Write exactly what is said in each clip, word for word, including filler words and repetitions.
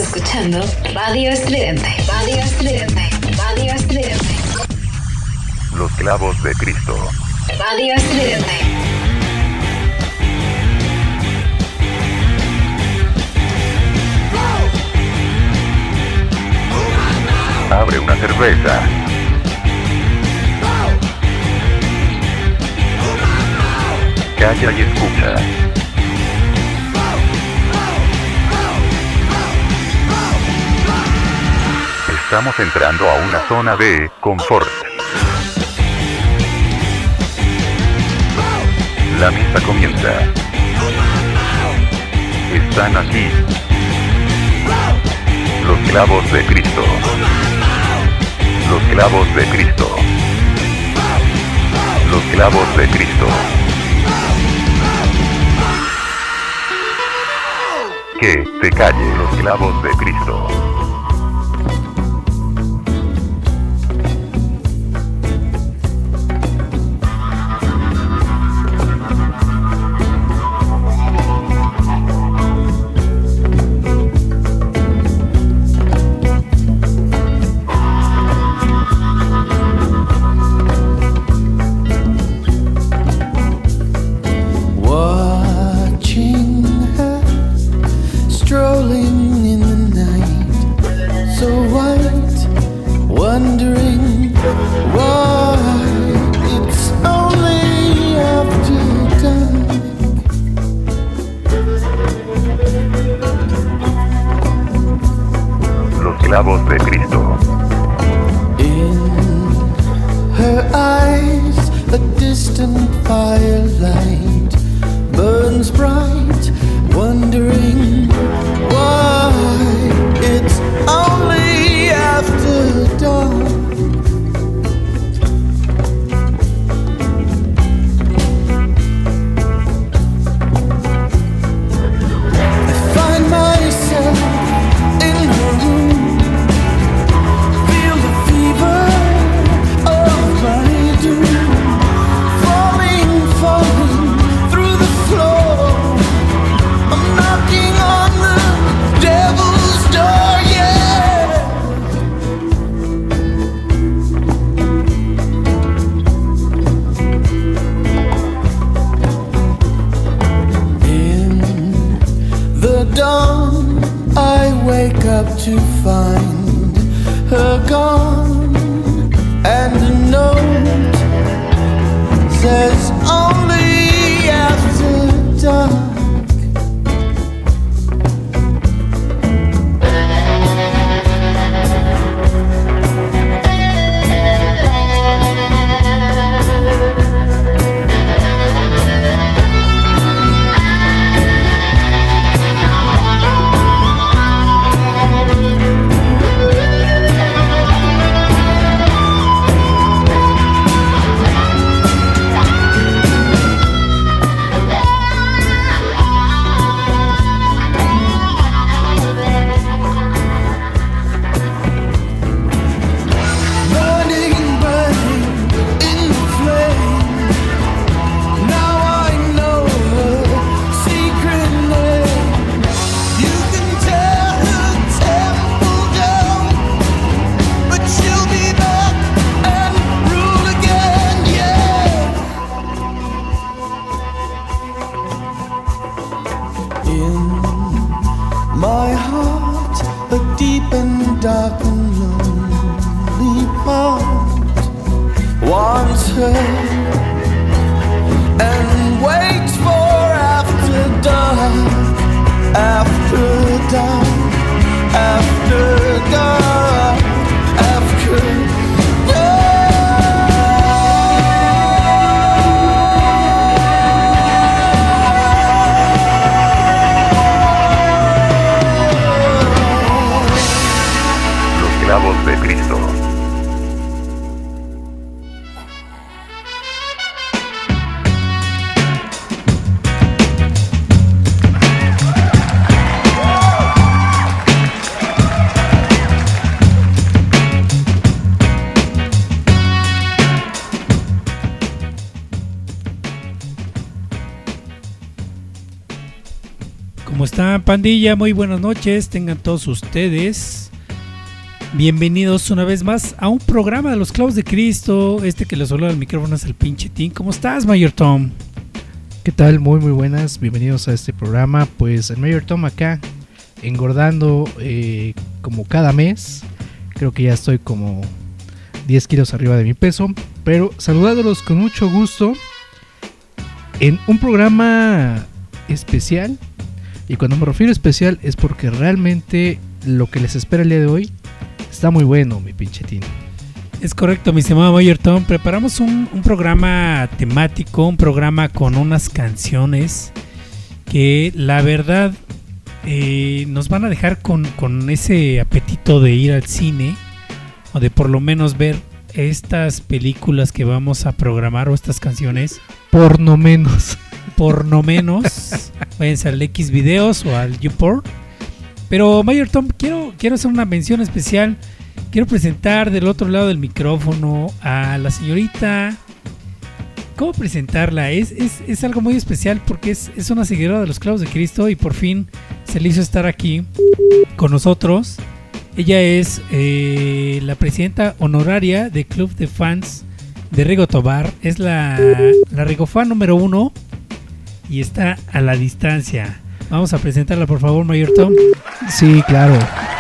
escuchando Radio Estridente. Radio Estridente. Radio Estridente. Los clavos de Cristo. Radio Estridente. Abre una cerveza. Calla y escucha. Estamos entrando a una zona de confort. La misa comienza. Están aquí los clavos de Cristo. Los clavos de Cristo. Los clavos de Cristo. Que te calle, los clavos de Cristo. Clavos de Cristo. In her eyes, a distant firelight burns bright, wondering why it's only after dawn. I find myself in her room. Dawn, I wake up to find her gone, and a note says only after dark. Dark and lonely part wants her and waits for after dark, after dark, after dark, after Clavos de Cristo. ¿Cómo están, pandilla? Muy buenas noches, tengan todos ustedes. Bienvenidos una vez más a un programa de los Clavos de Cristo. Este que les habla al micrófono es el pinche Tim. ¿Cómo estás, Mayor Tom? ¿Qué tal? Muy muy buenas, bienvenidos a este programa. Pues el Mayor Tom acá, engordando eh, como cada mes. Creo que ya estoy como diez kilos arriba de mi peso, pero saludándolos con mucho gusto en un programa especial. Y cuando me refiero a especial es porque realmente lo que les espera el día de hoy está muy bueno, mi pinche Tino. Es correcto, mi estimado Mayor Tom. Preparamos un, un programa temático, un programa con unas canciones que la verdad eh, nos van a dejar con, con ese apetito de ir al cine o de por lo menos ver estas películas que vamos a programar o estas canciones. Por no menos. Por no menos. Váyanse al X videos o al YouPorn. Pero Mayor Tom, quiero, quiero hacer una mención especial. Quiero presentar del otro lado del micrófono a la señorita. ¿Cómo presentarla? Es, es, es algo muy especial porque es, es una seguidora de los Clavos de Cristo y por fin se le hizo estar aquí con nosotros. Ella es eh, la presidenta honoraria del Club de Fans de Rigo Tobar. Es la, la Rigofan número uno y está a la distancia. Vamos a presentarla, por favor, Mayor Tom. Sí, claro.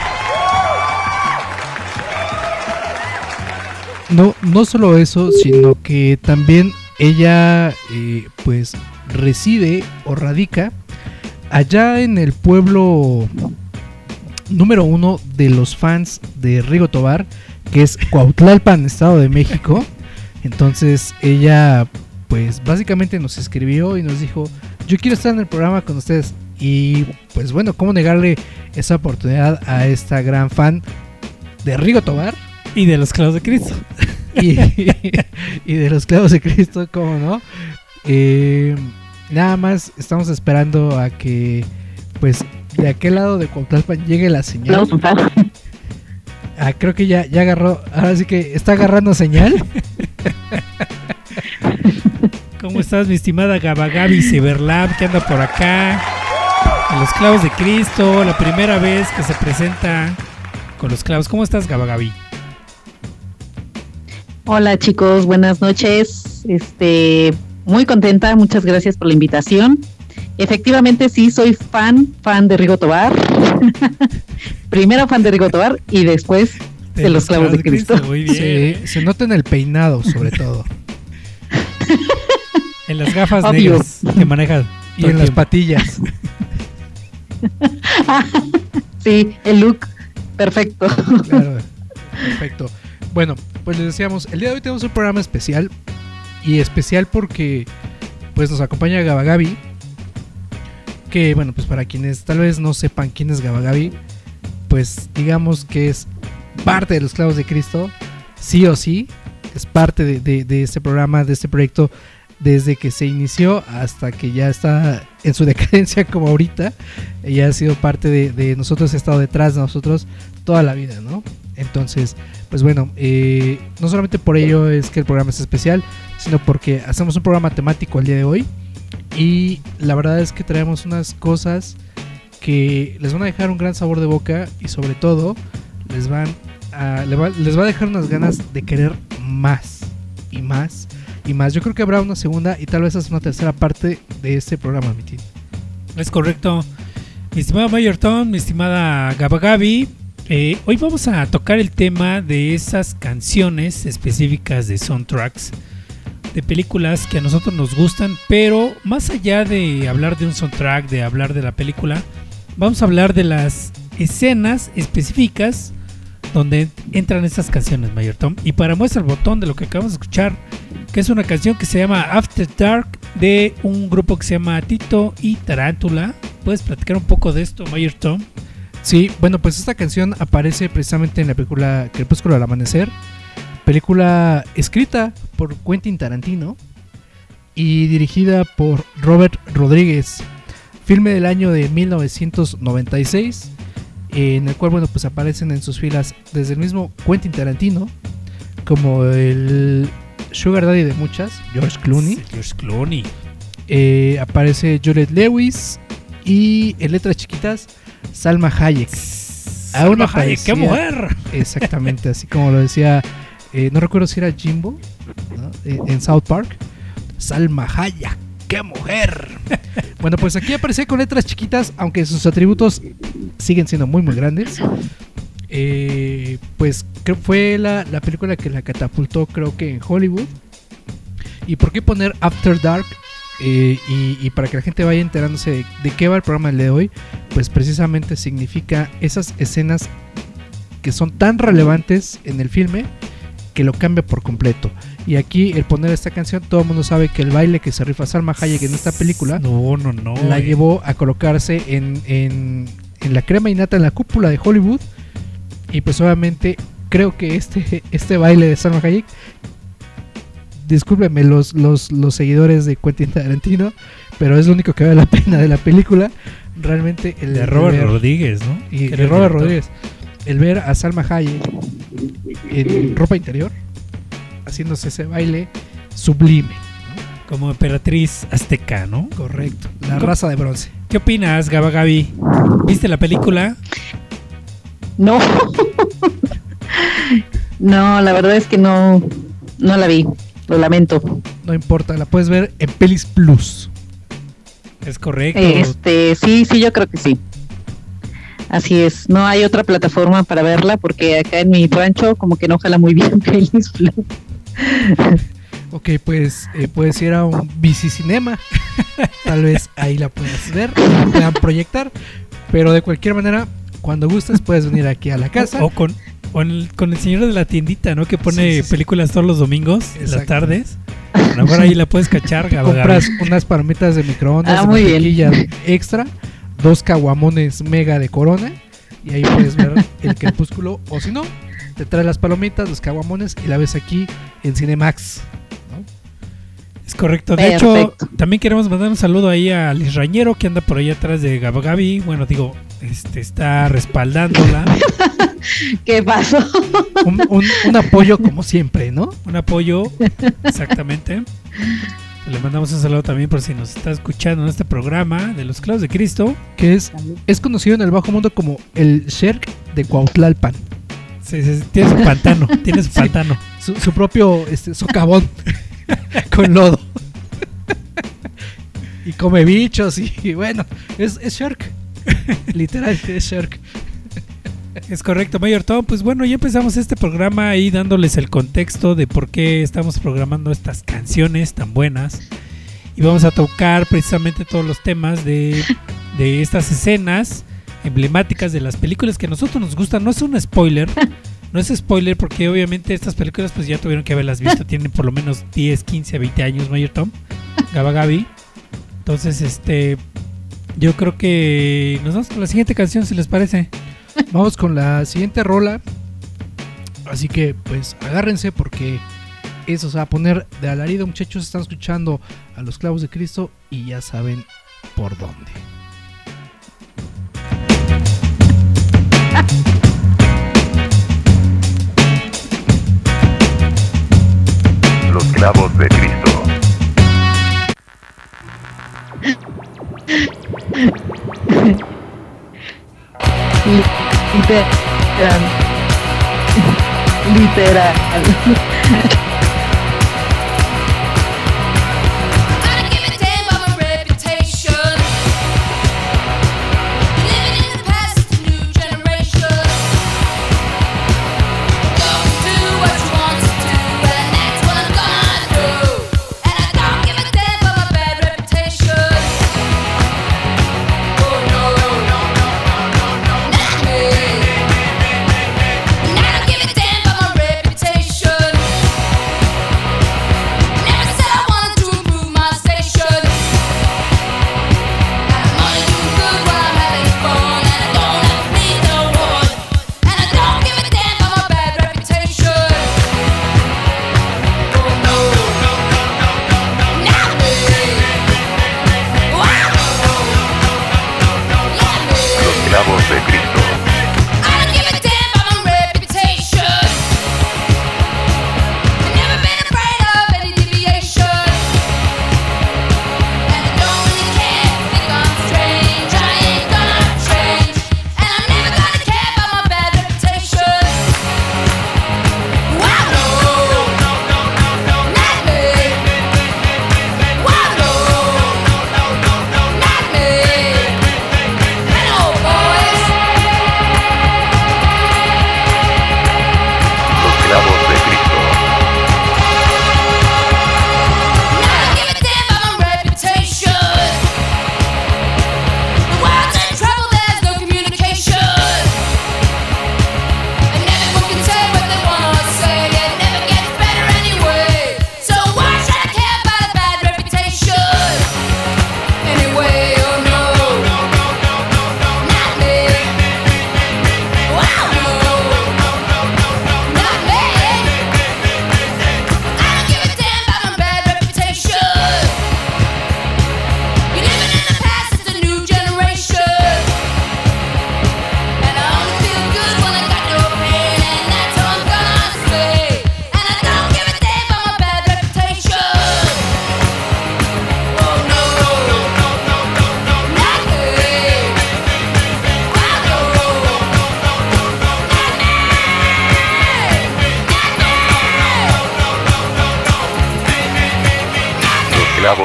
No, no solo eso, sino que también ella eh, pues reside o radica allá en el pueblo número uno de los fans de Rigo Tobar, que es Cuautlalpan, Estado de México. Entonces ella pues básicamente nos escribió y nos dijo: yo quiero estar en el programa con ustedes. Y pues bueno, ¿cómo negarle esa oportunidad a esta gran fan de Rigo Tobar? Y de los Clavos de Cristo. y, y de los Clavos de Cristo, ¿cómo no? Eh, nada más estamos esperando a que pues de aquel lado de Cuautlalpan llegue la señal. Ah, creo que ya, ya agarró, ahora sí que está agarrando señal. ¿Cómo estás, mi estimada Gabagabi Ciberlab, que anda por acá? En los Clavos de Cristo, la primera vez que se presenta con los clavos. ¿Cómo estás, Gabagabi? Hola, chicos, buenas noches. Este, muy contenta, muchas gracias por la invitación. Efectivamente, sí, soy fan, fan de Rigo Tobar. Primero fan de Rigo Tobar y después de, de los Clavos de Cristo. Cristo. Muy bien. Sí, se nota en el peinado, sobre todo. En las gafas Obvio. negras que manejas. Y en las patillas. Sí, el look perfecto. Claro, perfecto. Bueno, pues les decíamos, el día de hoy tenemos un programa especial. Y especial porque pues nos acompaña Gabagabi, que bueno, pues para quienes tal vez no sepan quién es Gabagabi, pues digamos que es parte de los Clavos de Cristo, sí o sí. Es parte de, de, de este programa, de este proyecto, desde que se inició hasta que ya está en su decadencia como ahorita. Ella ha sido parte de, de nosotros, ha estado detrás de nosotros toda la vida, ¿no? Entonces, pues bueno, eh, no solamente por ello es que el programa es especial, sino porque hacemos un programa temático el día de hoy. Y la verdad es que traemos unas cosas que les van a dejar un gran sabor de boca y sobre todo les van a, les va, les va a dejar unas ganas de querer más y más y más. Yo creo que habrá una segunda y tal vez hasta una tercera parte de este programa, mi tío. Es correcto. Mi estimado Mayor Tom, mi estimada Gabagabi, eh, hoy vamos a tocar el tema de esas canciones específicas de soundtracks de películas que a nosotros nos gustan, pero más allá de hablar de un soundtrack, de hablar de la película, vamos a hablar de las escenas específicas donde entran estas canciones, Mayor Tom. Y para muestra el botón de lo que acabamos de escuchar, que es una canción que se llama After Dark, de un grupo que se llama Tito y Tarántula. ¿Puedes platicar un poco de esto, Mayor Tom? Sí, bueno, pues esta canción aparece precisamente en la película Crepúsculo al Amanecer, película escrita por Quentin Tarantino y dirigida por Robert Rodríguez, filme del año de mil novecientos noventa y seis, en el cual, bueno, pues aparecen en sus filas desde el mismo Quentin Tarantino como el Sugar Daddy de muchas, George Clooney. Sí, George Clooney. Eh, aparece Juliette Lewis Y en letras chiquitas, Salma Hayek. Salma Aún Hayek, aparecía- ¡qué mujer! Exactamente, así como lo decía, eh, no recuerdo si era Jimbo, ¿no? Eh, en South Park. Salma Hayek, ¡qué mujer! Bueno, pues aquí aparecía con letras chiquitas, aunque sus atributos siguen siendo muy muy grandes. Eh, pues creo fue la, la película que la catapultó, creo que en Hollywood. ¿Y por qué poner After Dark? Eh, y, y para que la gente vaya enterándose de, de qué va el programa del día de hoy, pues precisamente significa esas escenas que son tan relevantes en el filme que lo cambia por completo. Y aquí el poner esta canción, todo el mundo sabe que el baile que se rifa Salma Hayek en esta película No, no, no. la eh. llevó a colocarse en, en, en la crema innata, en la cúpula de Hollywood. Y pues obviamente creo que este, este baile de Salma Hayek, discúlpenme los, los, los seguidores de Quentin Tarantino, pero es lo único que vale la pena de la película. Realmente el De Robert ver- Rodríguez, ¿no? y Que de era el Robert director. Rodríguez, el ver a Salma Hayek en ropa interior haciéndose ese baile sublime. Como emperatriz azteca, ¿no? Correcto, la Co- raza de bronce. ¿Qué opinas, Gaba Gaby? ¿Viste la película? No. No, la verdad es que no, no la vi. Lo lamento. No importa, la puedes ver en Pelis Plus. Es correcto. Este, sí, sí, yo creo que sí. Así es. No hay otra plataforma para verla porque acá en mi rancho como que no jala muy bien Pelis Plus. Ok, pues eh, puedes ir a un bicicinema. Tal vez ahí la puedas ver, la puedan proyectar. Pero de cualquier manera, cuando gustes, puedes venir aquí a la casa. O con, o en el- con el señor de la tiendita, ¿no? Que pone Sí, sí, sí. películas todos los domingos, en las Exacto. tardes. A lo mejor ahí la puedes cachar, Gaba Gaby. Compras unas palomitas de microondas, Ah, de muy bien. mantequilla extra, dos caguamones mega de Corona, y ahí puedes ver el Crepúsculo. O si no, te traes las palomitas, los caguamones y la ves aquí en Cinemax. ¿no? Es correcto. De hecho, Perfecto. también queremos mandar un saludo ahí a Liz Rañero, que anda por ahí atrás de Gaba Gaby. Bueno, digo, este está respaldándola. ¿Qué pasó? Un, un- un apoyo como siempre, ¿no? Un apoyo, exactamente. Le mandamos un saludo también por si nos está escuchando en este programa de los Clavos de Cristo. Que es, es conocido en el bajo mundo como el Sherk de Cuautlalpan. Sí, sí, sí, tiene su pantano, tiene su Sí. pantano. Su, su propio este, socavón con lodo. Y come bichos y bueno, es, es Shark. Literal, es Shark. Es correcto, Mayor Tom. Pues bueno, ya empezamos este programa ahí dándoles el contexto de por qué estamos programando estas canciones tan buenas. Y vamos a tocar precisamente todos los temas de, de estas escenas emblemáticas de las películas que a nosotros nos gustan. No es un spoiler, no es spoiler porque obviamente estas películas pues ya tuvieron que haberlas visto. Tienen por lo menos diez, quince, veinte años, Mayor Tom, Gaba Gaby. Entonces, este, yo creo que nos vamos con la siguiente canción, si les parece. Vamos con la siguiente rola. Así que pues agárrense porque eso se va a poner de alarido, muchachos. Están escuchando a los Clavos de Cristo y ya saben por dónde. Los clavos de Cristo. Literal. Literal. Gotta give a damn about my reputation. Living in the past, it's a new generation. Don't do what you want to do, and that's what I'm gonna do. And I don't give a damn about my bad reputation. Oh no, no, no, no, no, no, no, not me. And I don't give a damn about my reputation.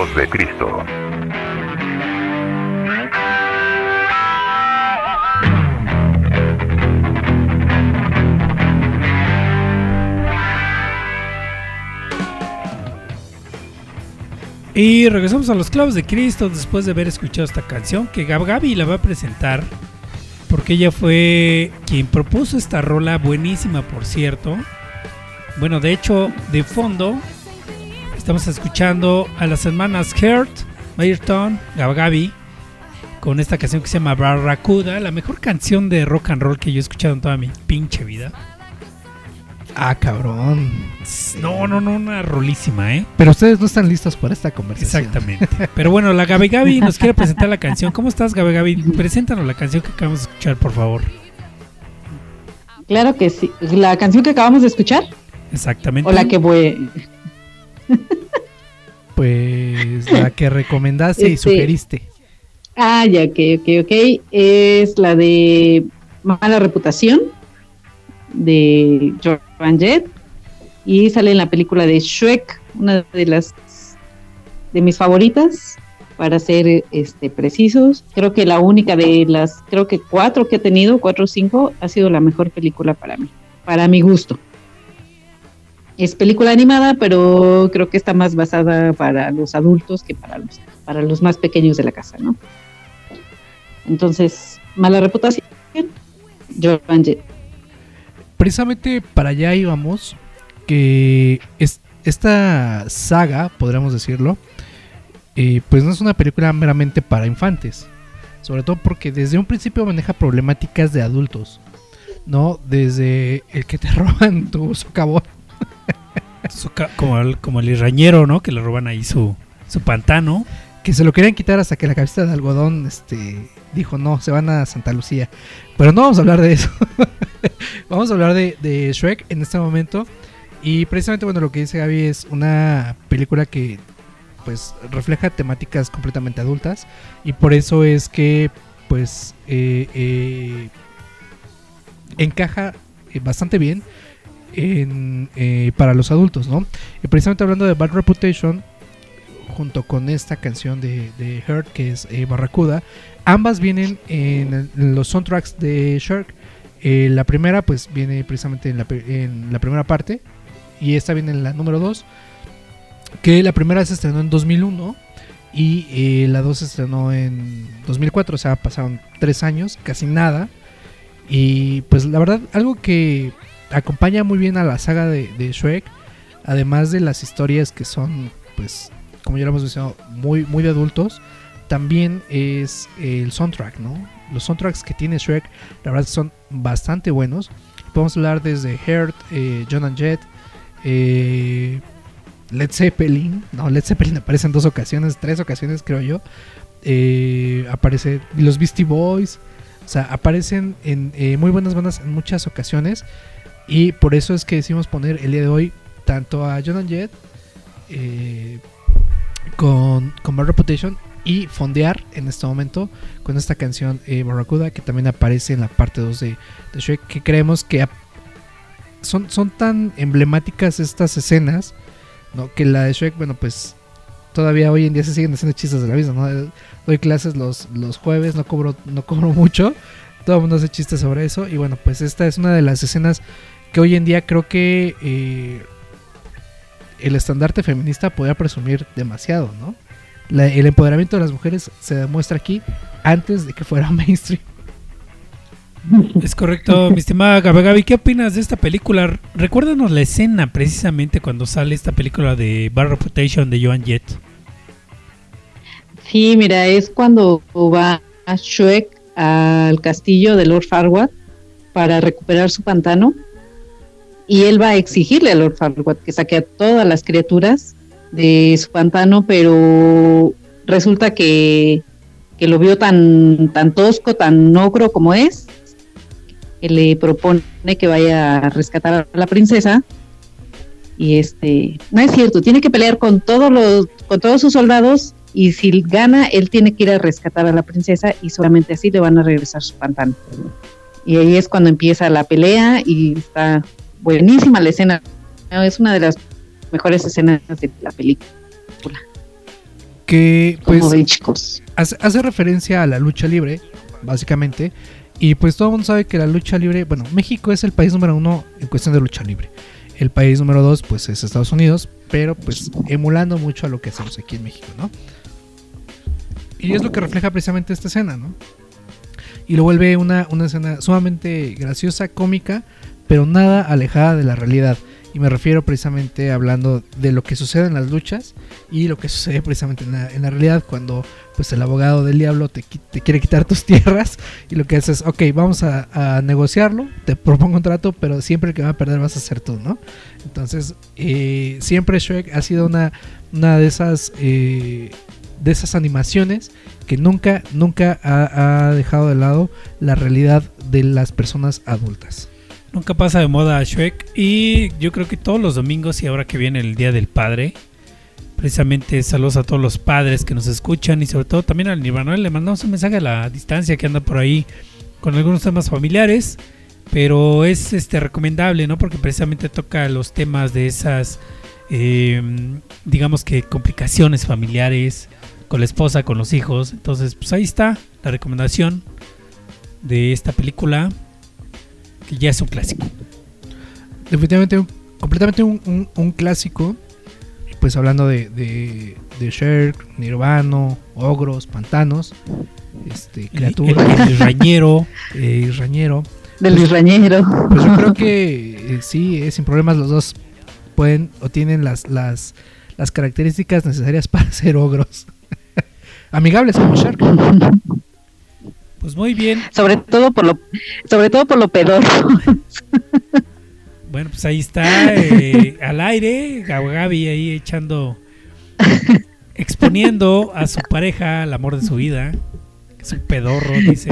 clavos de Cristo. Y regresamos a los clavos de Cristo después de haber escuchado esta canción que Gab Gaby la va a presentar porque ella fue quien propuso esta rola, buenísima por cierto. Bueno, de hecho, de fondo estamos escuchando a las hermanas Hurt, Mayerton, Gab Gaby con esta canción que se llama Barracuda, la mejor canción de rock and roll que yo he escuchado en toda mi pinche vida. Ah, cabrón. No, no, no, una rolísima, ¿eh? Pero ustedes no están listos para esta conversación. Exactamente. Pero bueno, la Gaby Gaby nos quiere presentar la canción. ¿Cómo estás, Gaby Gaby? Preséntanos la canción que acabamos de escuchar, por favor. Claro que sí. ¿La canción que acabamos de escuchar? Exactamente. ¿O la que voy? Pues la que recomendaste y Este- sugeriste. Ah, ya, ok, ok, ok. Es la de Mala Reputación de Joan Jett y sale en la película de Shrek, una de las de mis favoritas, para ser este precisos. Creo que la única de las, creo que cuatro que he tenido, cuatro o cinco, ha sido la mejor película para mí, para mi gusto. Es película animada, pero creo que está más basada para los adultos que para los, para los más pequeños de la casa, ¿no? Entonces, Mala Reputación, Joan Jett. Precisamente para allá íbamos, que es, esta saga, podríamos decirlo, eh, pues no es una película meramente para infantes, sobre todo porque desde un principio maneja problemáticas de adultos, ¿no? Desde el que te roban tu socavón, Su ca- como, el, como el irrañero, ¿no? Que le roban ahí su, su pantano. que se lo querían quitar hasta que la cabeza de algodón este, dijo no, se van a Santa Lucía. Pero no vamos a hablar de eso. Vamos a hablar de, de Shrek en este momento. Y precisamente, bueno, lo que dice Gaby es una película que pues refleja temáticas completamente adultas. Y por eso es que pues eh, eh, encaja eh, bastante bien en, eh, para los adultos, ¿no? Y precisamente hablando de Bad Reputation, junto con esta canción de, de Hurt, que es eh, Barracuda, ambas vienen en, en los soundtracks de Shrek. Eh, la primera pues viene precisamente en la, en la primera parte y esta viene en la número dos, que la primera se estrenó en dos mil uno y eh, la dos se estrenó en dos mil cuatro, o sea pasaron tres años, casi nada. Y pues la verdad, algo que acompaña muy bien a la saga de, de Shrek, además de las historias que son pues, como ya lo hemos mencionado, muy, muy de adultos, también es el soundtrack, ¿no? Los soundtracks que tiene Shrek, la verdad son bastante buenos. Podemos hablar desde Hurt, eh, Joan Jett, eh, Led Zeppelin. No, Led Zeppelin aparece en dos ocasiones, tres ocasiones creo yo. Eh, aparece los Beastie Boys. O sea, aparecen en eh, muy buenas bandas en muchas ocasiones. Y por eso es que decidimos poner el día de hoy tanto a Joan Jett eh, con, con Bad Reputation, y fondear en este momento con esta canción eh, Barracuda, que también aparece en la parte dos de, de Shrek, que creemos que ap- son, son tan emblemáticas estas escenas, ¿no? Que la de Shrek, bueno, pues todavía hoy en día se siguen haciendo chistes de la misma, ¿no? Doy clases los, los jueves, no cobro, no cobro mucho, todo el mundo hace chistes sobre eso, y bueno, pues esta es una de las escenas que hoy en día creo que eh, el estandarte feminista podría presumir demasiado, ¿no? La, el empoderamiento de las mujeres se demuestra aquí antes de que fuera mainstream. Es correcto, mi estimada Gaby Gaby. ¿Qué opinas de esta película? Recuérdanos la escena precisamente cuando sale esta película de Bad Reputation de Joan Jett. Sí, mira, es cuando va Shrek al castillo de Lord Farquaad para recuperar su pantano, y él va a exigirle a Lord Farquaad que saque a todas las criaturas de su pantano, pero resulta que, que lo vio tan, tan tosco, tan ogro como es, que le propone que vaya a rescatar a la princesa. Y este, no es cierto, tiene que pelear con todos los, con todos sus soldados, y si gana, él tiene que ir a rescatar a la princesa, y solamente así le van a regresar su pantano. Y ahí es cuando empieza la pelea, y está buenísima la escena. Es una de las mejores escenas de la película. que pues Como ven, chicos. hace, hace referencia a la lucha libre, básicamente. Y pues todo el mundo sabe que la lucha libre, bueno, México es el país número uno en cuestión de lucha libre. El país número dos pues es Estados Unidos, pero pues emulando mucho a lo que hacemos aquí en México, ¿no? Y es lo que refleja precisamente esta escena, ¿no? Y lo vuelve una, una escena sumamente graciosa, cómica, pero nada alejada de la realidad. Y me refiero precisamente hablando de lo que sucede en las luchas y lo que sucede precisamente en la, en la realidad cuando pues el abogado del diablo te, te quiere quitar tus tierras y lo que haces es, ok, vamos a, a negociarlo, te propongo un trato, pero siempre el que va a perder vas a ser tú, ¿no? Entonces, eh, siempre Shrek ha sido una, una de esas eh, de esas animaciones que nunca, nunca ha, ha dejado de lado la realidad de las personas adultas. Nunca pasa de moda Shrek. Y yo creo que todos los domingos y ahora que viene el Día del Padre, precisamente saludos a todos los padres que nos escuchan y sobre todo también al Nirvana. Le mandamos un mensaje a la distancia que anda por ahí con algunos temas familiares, pero es este recomendable, ¿no? Porque precisamente toca los temas de esas, eh, digamos que complicaciones familiares con la esposa, con los hijos. Entonces, pues ahí está la recomendación de esta película, que ya es un clásico. Definitivamente, un, completamente un, un, un clásico. Pues hablando de, de, de Shrek, Nirvana, ogros, pantanos, este, criaturas. El, el, el rañero. Eh, rañero. Del Pues- Rañero. Pues yo creo que eh, sí, eh, sin problemas los dos pueden o tienen las, las, las características necesarias para ser ogros. Amigables como Shrek. Pues muy bien. Sobre todo por lo, sobre todo por lo pedor. Bueno, pues ahí está, eh, al aire, Gabi ahí echando, exponiendo a su pareja al amor de su vida. Es un pedorro, dice.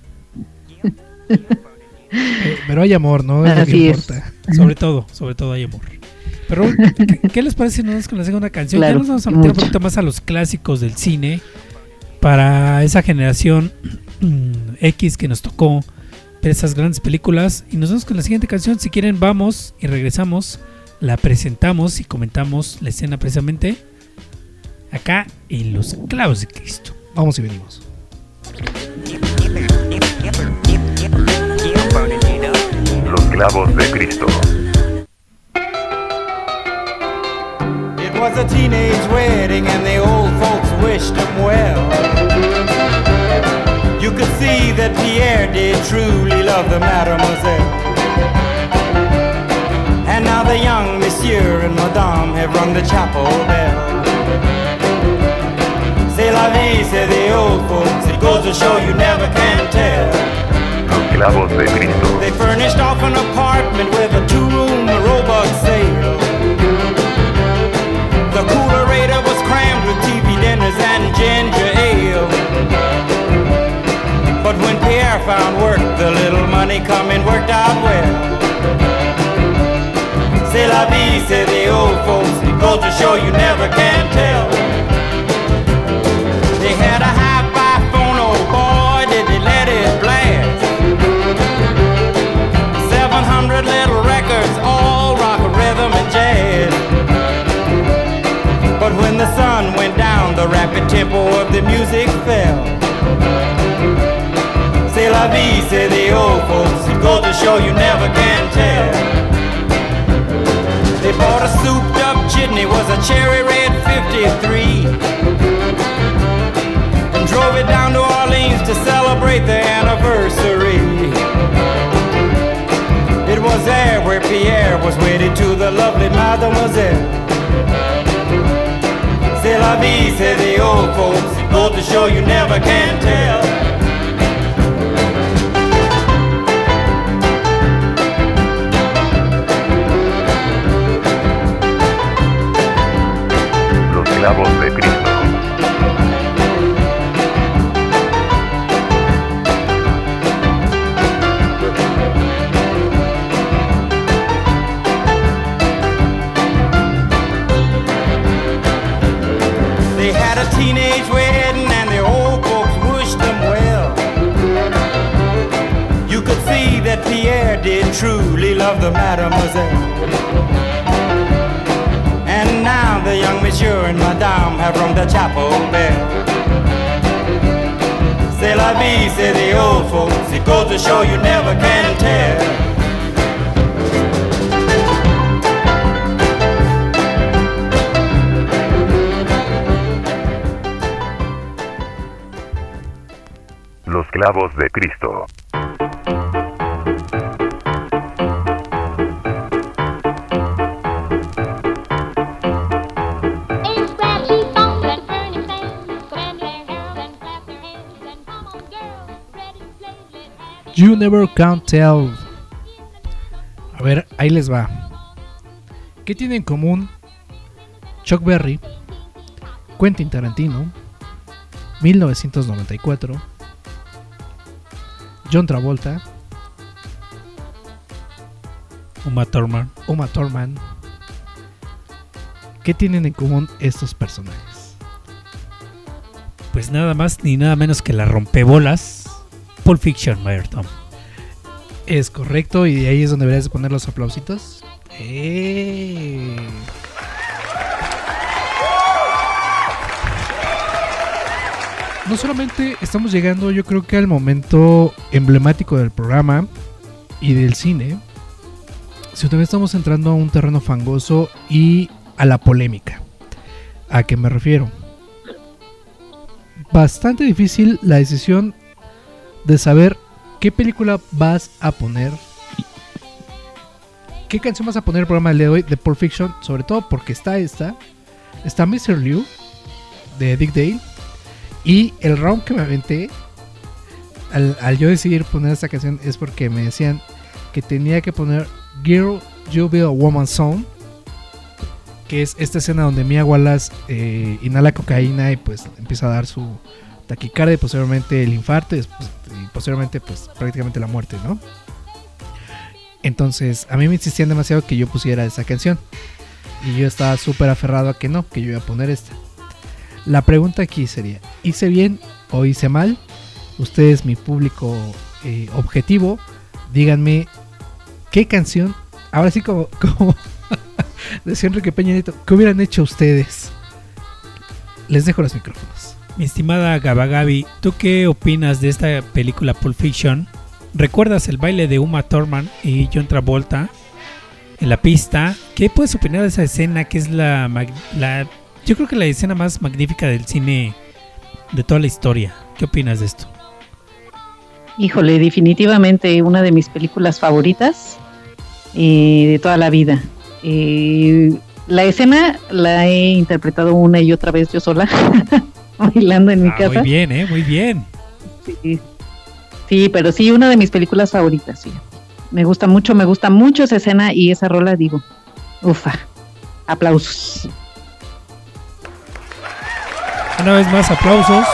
Eh, pero hay amor, ¿no? Es lo que Así es. importa. Sobre todo, sobre todo hay amor. Pero, ¿qué, qué les parece si nos vamos con la segunda canción? Claro, Ya nos vamos a meter un mucho. poquito más a los clásicos del cine. Para esa generación mm, X que nos tocó ver esas grandes películas. Y nos vamos con la siguiente canción. Si quieren, vamos y regresamos. La presentamos y comentamos la escena precisamente acá en Los Clavos de Cristo. Vamos y venimos. Los clavos de Cristo. It was a teenage wedding and the old folks wished him well. You could see that Pierre did truly love the mademoiselle. And now the young monsieur and madame have rung the chapel bell. C'est la vie, say the old folks. It goes to show you never can tell. Los clavos de Cristo. They furnished off an apartment with a two-room Roebuck sale. The coolerator was crammed with T V dinners and ginger ale. But when Pierre found work, the little money coming worked out well. C'est la vie, say the old folks. It goes to show you never can tell. They had a hi-fi phone, oh boy, did they let it blast. Seven hundred little records, all rock, rhythm, and jazz. But when the sun went down, the rapid tempo of the music fell. C'est la vie, say the old folks. It goes to show you never can tell. They bought a souped-up jitney, was a cherry red fifty-three, and drove it down to Orleans to celebrate their anniversary. It was there where Pierre was wedded to the lovely mademoiselle. C'est la vie, say the old folks. It goes to show you never can tell. Los clavos de Cristo. They had a teenage wedding and the old folks wished them well. You could see that Pierre did truly love the mademoiselle. And now the young monsieur and madame have rung the chapel bell. C'est la vie, say the old folks. It goes to show you never can tell. Los clavos de Cristo. You Never Can Tell. A ver, ahí les va. ¿Qué tienen en común Chuck Berry, Quentin Tarantino, mil novecientos noventa y cuatro, John Travolta, Uma Thurman. Uma Thurman? ¿Qué tienen en común estos personajes? Pues nada más ni nada menos que la rompebolas Pulp Fiction, Mayor Tom. Es correcto, y ahí es donde deberías de poner los aplausitos. ¡Eh! No solamente estamos llegando, yo creo que al momento emblemático del programa y del cine, sino también estamos entrando a un terreno fangoso y a la polémica. ¿A qué me refiero? Bastante difícil la decisión de saber qué película vas a poner, qué canción vas a poner en el programa del día de hoy de Pulp Fiction, sobre todo porque está esta, está mister Liu de Dick Dale, y el round que me aventé al, al yo decidir poner esta canción es porque me decían que tenía que poner Girl, You Be a Woman Song, que es esta escena donde Mia Wallace eh, inhala cocaína y pues empieza a dar su taquicardia y posteriormente el infarto y, después, y posteriormente pues prácticamente la muerte, ¿no? Entonces a mí me insistían demasiado que yo pusiera esa canción y yo estaba súper aferrado a que no, que yo iba a poner esta. La pregunta aquí sería, ¿hice bien o hice mal? Ustedes, mi público eh, objetivo, díganme qué canción, ahora sí como, como decía Enrique Peña Nieto, ¿qué hubieran hecho ustedes? Les dejo los micrófonos. Mi estimada Gabagabi, ¿tú qué opinas de esta película Pulp Fiction? ¿Recuerdas el baile de Uma Thurman y John Travolta en la pista? ¿Qué puedes opinar de esa escena que es la, la yo creo que la escena más magnífica del cine de toda la historia? ¿Qué opinas de esto? Híjole, definitivamente una de mis películas favoritas eh, de toda la vida. Eh, la escena la he interpretado una y otra vez yo sola, bailando en mi ah, casa. Muy bien, ¿eh? Muy bien. Sí, sí, pero sí, una de mis películas favoritas, sí. Me gusta mucho, me gusta mucho esa escena y esa rola, digo, ufa, aplausos. Una vez más, aplausos.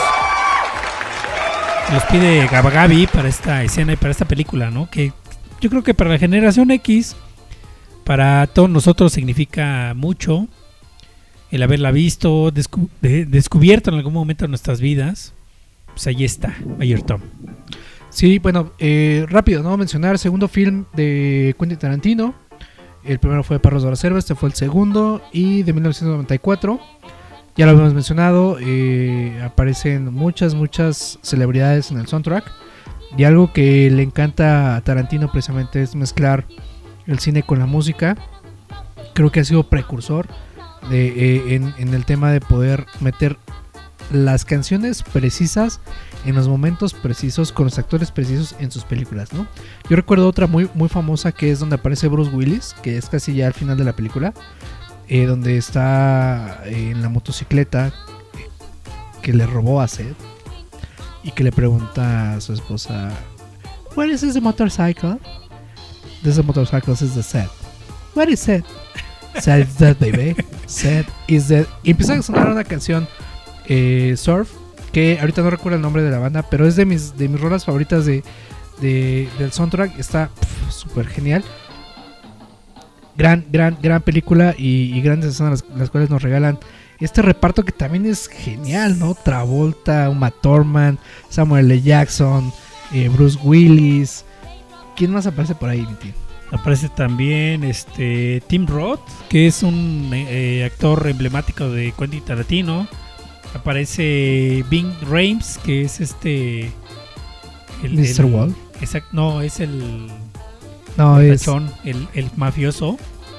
Los pide Gabagabi para esta escena y para esta película, ¿no? Que yo creo que para la generación X, para todos nosotros significa mucho el haberla visto, descu- de- descubierto en algún momento de nuestras vidas. Pues ahí está, Mayor Tom. Sí, bueno, eh, rápido, ¿no? Mencionar segundo film de Quentin Tarantino. El primero fue Perros de la Reserva, este fue el segundo, y de mil novecientos noventa y cuatro. Ya lo habíamos mencionado, eh, aparecen muchas, muchas celebridades en el soundtrack. Y algo que le encanta a Tarantino precisamente es mezclar el cine con la música. Creo que ha sido precursor de, eh, en, en el tema de poder meter las canciones precisas en los momentos precisos con los actores precisos en sus películas, ¿no? Yo recuerdo otra muy, muy famosa que es donde aparece Bruce Willis, que es casi ya al final de la película, eh, donde está eh, en la motocicleta eh, que le robó a Seth y que le pregunta a su esposa, "What is this motorcycle?" This motorcycle is the Seth. What is Seth? Seth is dead, baby. Seth is dead. Y empieza a sonar una canción eh, Surf, que ahorita no recuerdo el nombre de la banda, pero es de mis de mis rolas favoritas de, de del soundtrack. Está súper genial. Gran, gran, gran película y, y grandes escenas las, las cuales nos regalan este reparto que también es genial, ¿no? Travolta, Uma Thurman, Samuel L. Jackson, eh, Bruce Willis. ¿Quién más aparece por ahí, mi tío? Aparece también este Tim Roth, que es un eh, actor emblemático de Quentin Tarantino. Aparece Ving Rhames, que es este... El, mister el- Wolf. Exacto, no, es el... No, es. Tachón, el, el mafioso.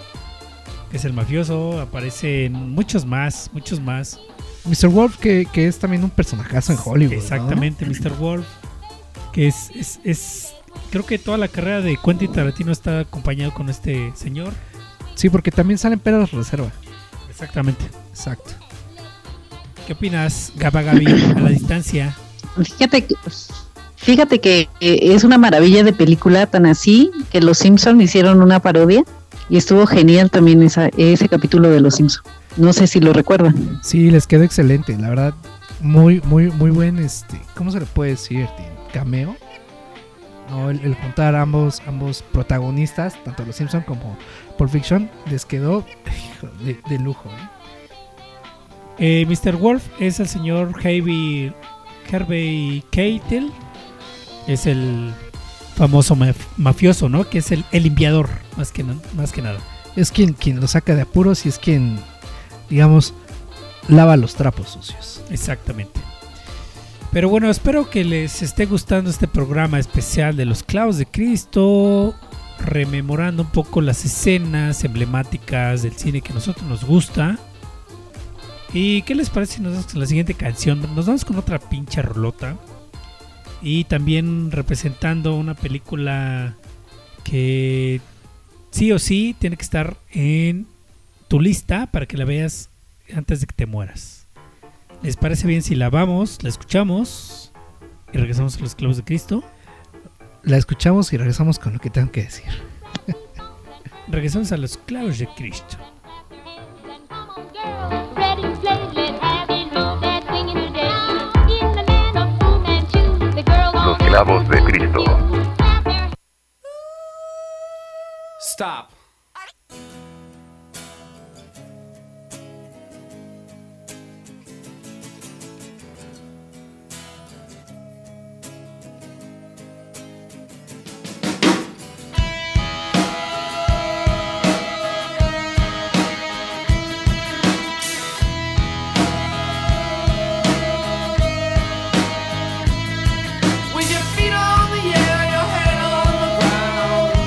Es el mafioso. Aparecen muchos más, muchos más. mister Wolf, que, que es también un personajazo en Hollywood. ¿no? Exactamente, mister Wolf. Que es, es, es. Creo que toda la carrera de Quentin Tarantino está acompañado con este señor. Sí, porque también salen Perros Reserva. Exactamente. Exacto. ¿Qué opinas, Gaba Gaby, a la distancia? Fíjate que, fíjate que eh, es una maravilla de película, tan así que los Simpson hicieron una parodia y estuvo genial también esa, ese capítulo de los Simpson. No sé si lo recuerdan. Sí, les quedó excelente. La verdad, muy, muy, muy buen, este, ¿cómo se le puede decir? Cameo. No, el, el juntar ambos, ambos protagonistas, tanto los Simpson como Pulp Fiction, les quedó hijo, de, de lujo. ¿eh? Eh, mister Wolf es el señor Harvey, Harvey Keitel. Es el famoso maf- mafioso, ¿no? Que es el, el limpiador, más que, na- más que nada. Es quien, quien lo saca de apuros y es quien, digamos, lava los trapos sucios. Exactamente. Pero bueno, espero que les esté gustando este programa especial de los clavos de Cristo, rememorando un poco las escenas emblemáticas del cine que a nosotros nos gusta. ¿Y qué les parece si nos vamos con la siguiente canción? Nos vamos con otra pinche rolota. Y también representando una película que sí o sí tiene que estar en tu lista para que la veas antes de que te mueras. ¿Les parece bien si la vamos, la escuchamos y regresamos a los clavos de Cristo? La escuchamos y regresamos con lo que tengo que decir. Regresamos a los clavos de Cristo. Los clavos de Cristo. Stop. With your feet on the air, your head on the ground.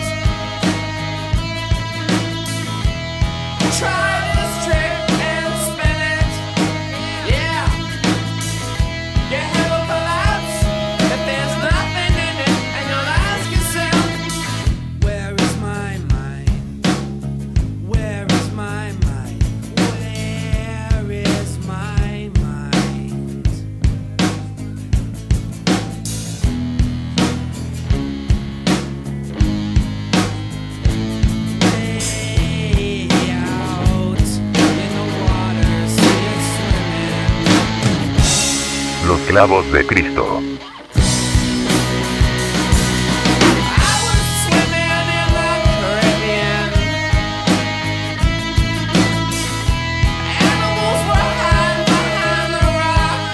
Try this trick and spin it. Yeah. Your head will collapse if there's nothing in it, and you'll ask yourself, where is my mind? Where is my mind? Where is my mind? Way out in the water, see it swimming. Los clavos de Cristo. I was swimming in the Caribbean. Animals were hiding behind the rock,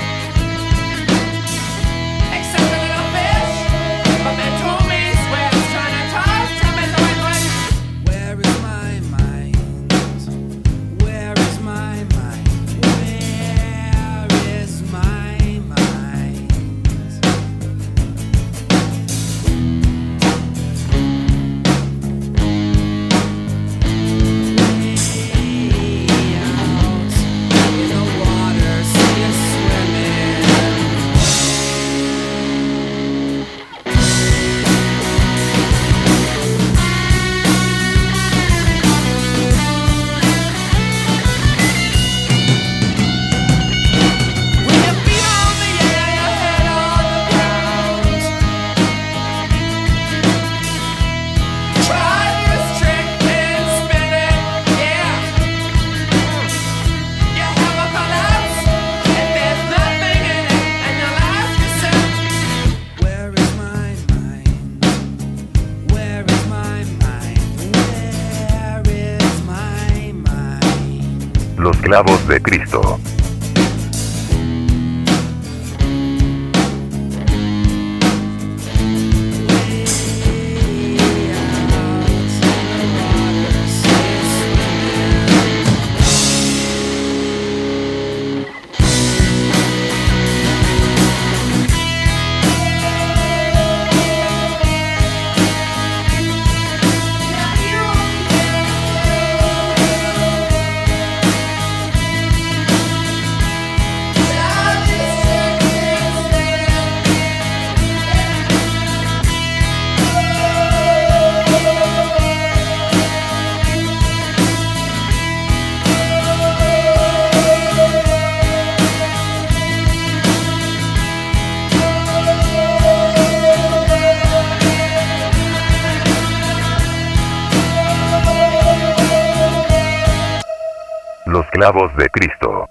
except a little fish. But they told me Swift's trying to talk to me, so I went, where is my mind? Where is my mind? Where is my mind? Way out in the water, see it swimming. With your feet on the air, your head on the ground. Try this trick and spin it, yeah. Your head will collapse if there's nothing in it, and you'll ask yourself, where is my mind? Where is my mind? Where is my mind? Los clavos de Cristo. Way out clavos de Cristo.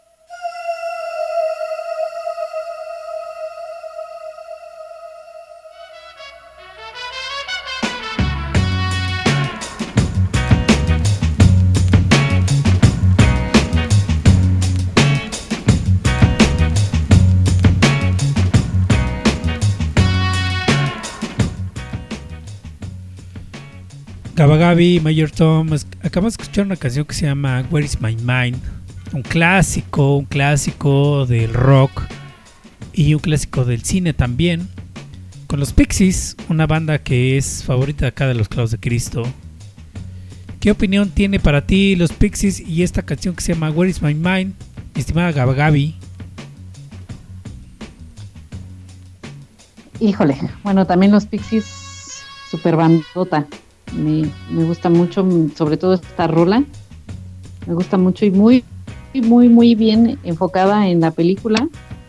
Gabagabi, Mayor Tom, es- acabamos de escuchar una canción que se llama Where is My Mind, un clásico, un clásico del rock y un clásico del cine también, con los Pixies, una banda que es favorita acá de los Clavos de Cristo. ¿Qué opinión tiene para ti los Pixies y esta canción que se llama Where is My Mind, mi estimada Gabagabi? Híjole, bueno, también los Pixies, super bandota. Me, me gusta mucho, sobre todo esta rola. Me gusta mucho y muy, muy, muy bien enfocada en la película.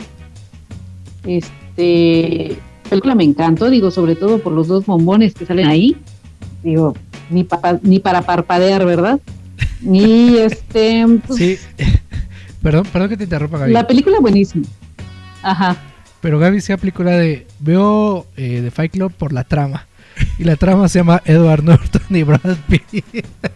Este, película me encantó, digo, sobre todo por los dos bombones que salen ahí. Digo, ni, pa- ni para parpadear, ¿verdad? Ni este. Pues, Sí. perdón, perdón que te interrumpa, Gaby. la película buenísima. Ajá. Pero Gaby se aplicó la de veo eh, The Fight Club por la trama. Y la trama se llama Edward Norton y Brad Pitt.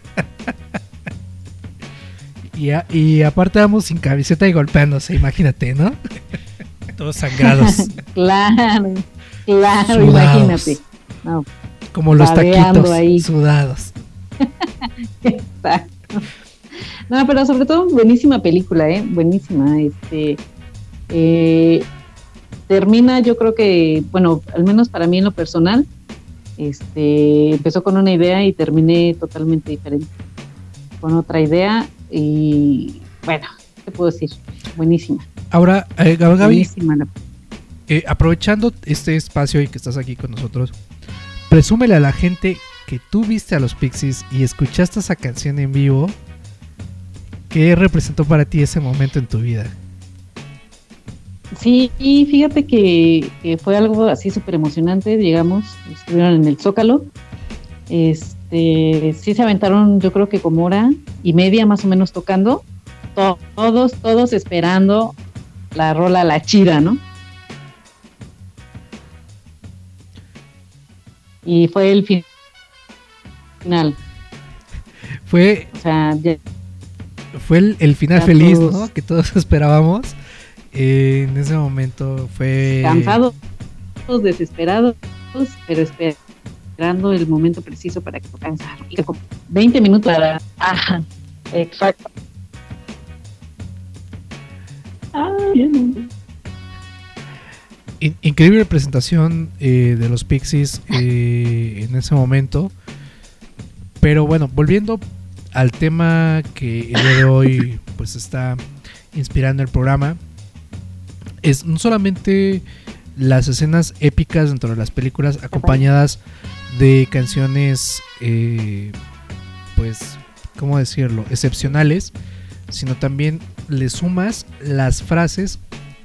y, a- y aparte vamos sin camiseta y golpeándose, imagínate, ¿no? Todos sangrados. Claro, claro, Sudados. imagínate. No, Como los Babeando taquitos ahí. sudados. exacto. No, pero sobre todo buenísima película, ¿eh? Buenísima. Este, eh, termina, yo creo que, bueno, al menos para mí en lo personal, este, empezó con una idea y terminé totalmente diferente, con otra idea y, bueno, ¿qué te puedo decir? Buenísima. Ahora, eh, Gaby, Gaby, Buenísima la eh, aprovechando este espacio y que estás aquí con nosotros, presúmele a la gente que tú viste a los Pixies y escuchaste esa canción en vivo. ¿Qué representó para ti ese momento en tu vida? Sí, y fíjate que, que fue algo así súper emocionante, digamos, estuvieron en el Zócalo, este, sí se aventaron yo creo que como hora y media más o menos tocando, to- todos, todos esperando la rola La Chida, ¿no? Y fue el fin- final, Fue, o sea, ya- fue el, el final Ya feliz, todos- ¿no? Que todos esperábamos. Eh, en ese momento fue... cansados, desesperados, pero esperando el momento preciso para que tocaran. Y como veinte minutos para... Ajá, exacto. Ah, bien. In- increíble presentación eh, de los Pixies eh, en ese momento. Pero bueno, volviendo al tema que el día de hoy pues está inspirando el programa, es no solamente las escenas épicas dentro de las películas acompañadas de canciones eh, pues, ¿cómo decirlo?, excepcionales, sino también le sumas las frases,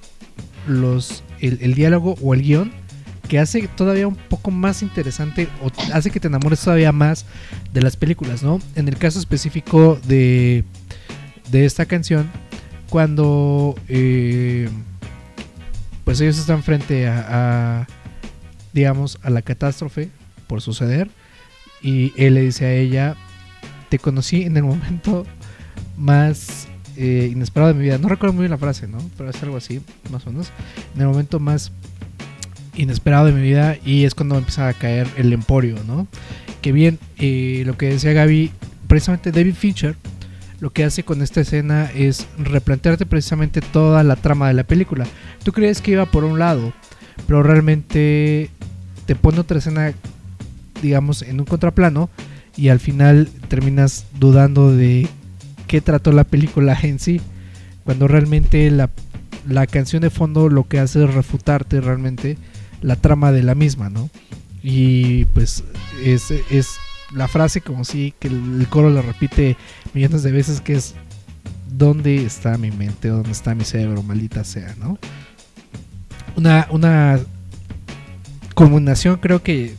los el, el diálogo o el guión que hace todavía un poco más interesante o t- hace que te enamores todavía más de las películas, ¿no? En el caso específico de, de esta canción, cuando eh, pues ellos están frente a, a, digamos, a la catástrofe por suceder y él le dice a ella, te conocí en el momento más eh, inesperado de mi vida. No recuerdo muy bien la frase, ¿no? Pero es algo así, más o menos. En el momento más inesperado de mi vida y es cuando empieza a caer el emporio, ¿no? Que bien, eh, lo que decía Gaby, precisamente David Fincher lo que hace con esta escena es replantearte precisamente toda la trama de la película. Tú crees que iba por un lado, pero realmente te pone otra escena, digamos, en un contraplano y al final terminas dudando de qué trató la película en sí, cuando realmente la, la canción de fondo lo que hace es refutarte realmente la trama de la misma, ¿no? Y pues es, es la frase como si que el, el coro lo repite millones de veces, que es ¿dónde está mi mente? ¿Dónde está mi cerebro? Maldita sea, ¿no? Una, una combinación, creo que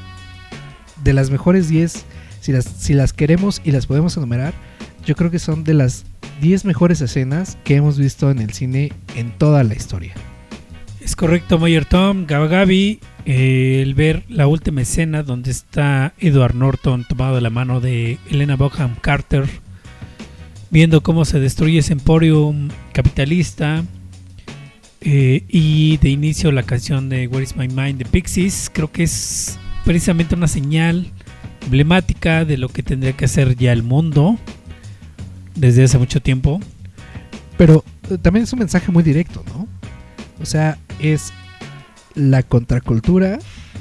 de las mejores diez, si las, si las queremos y las podemos enumerar, yo creo que son de las diez mejores escenas que hemos visto en el cine en toda la historia. Es correcto, Mayor Tom, Gaba Gabi, eh, el ver la última escena donde está Edward Norton tomado de la mano de Helena Bonham Carter, viendo cómo se destruye ese emporium capitalista, eh, y de inicio la canción de Where is My Mind de Pixies, creo que es precisamente una señal emblemática de lo que tendría que hacer ya el mundo desde hace mucho tiempo. Pero eh, también es un mensaje muy directo, ¿no? O sea, es la contracultura,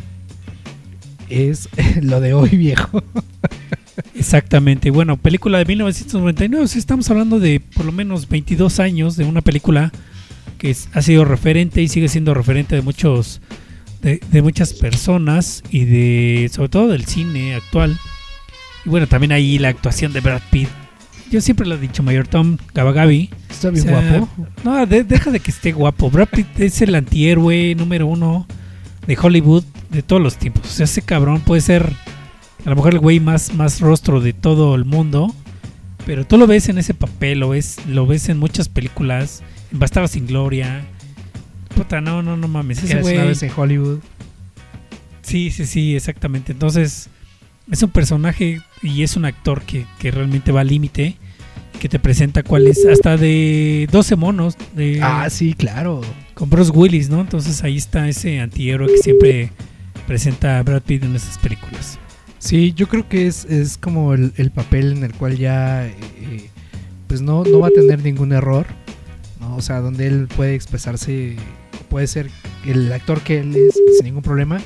es lo de hoy, viejo. Exactamente. Bueno, película de mil novecientos noventa y nueve. Sí, estamos hablando de por lo menos veintidós años de una película que es- ha sido referente y sigue siendo referente de muchos, de, de muchas personas y de, sobre todo del cine actual. Y bueno, también ahí la actuación de Brad Pitt. Yo siempre lo he dicho, Mayor Tom, Gaba Gabi. Está bien O sea, guapo. No, de- deja de que esté guapo. Brad Pitt es el antihéroe número uno de Hollywood de todos los tiempos. O sea, ese cabrón puede ser a lo mejor el güey más, más rostro de todo el mundo, pero tú lo ves en ese papel, lo ves, lo ves en muchas películas, en Bastardos sin Gloria. Puta, no, no, no mames. Ese Eres una güey. vez en Hollywood. Sí, sí, sí, exactamente. Entonces, es un personaje y es un actor que, que realmente va al límite, que te presenta cuál es, hasta de doce monos de, Ah, sí, claro. con Bruce Willis, ¿no? Entonces ahí está ese antihéroe que siempre presenta a Brad Pitt en esas películas. Sí, yo creo que es, es como el, el papel en el cual ya eh, eh, pues no, no va a tener ningún error, ¿no? O sea, donde él puede expresarse, puede ser el actor que él es sin ningún problema.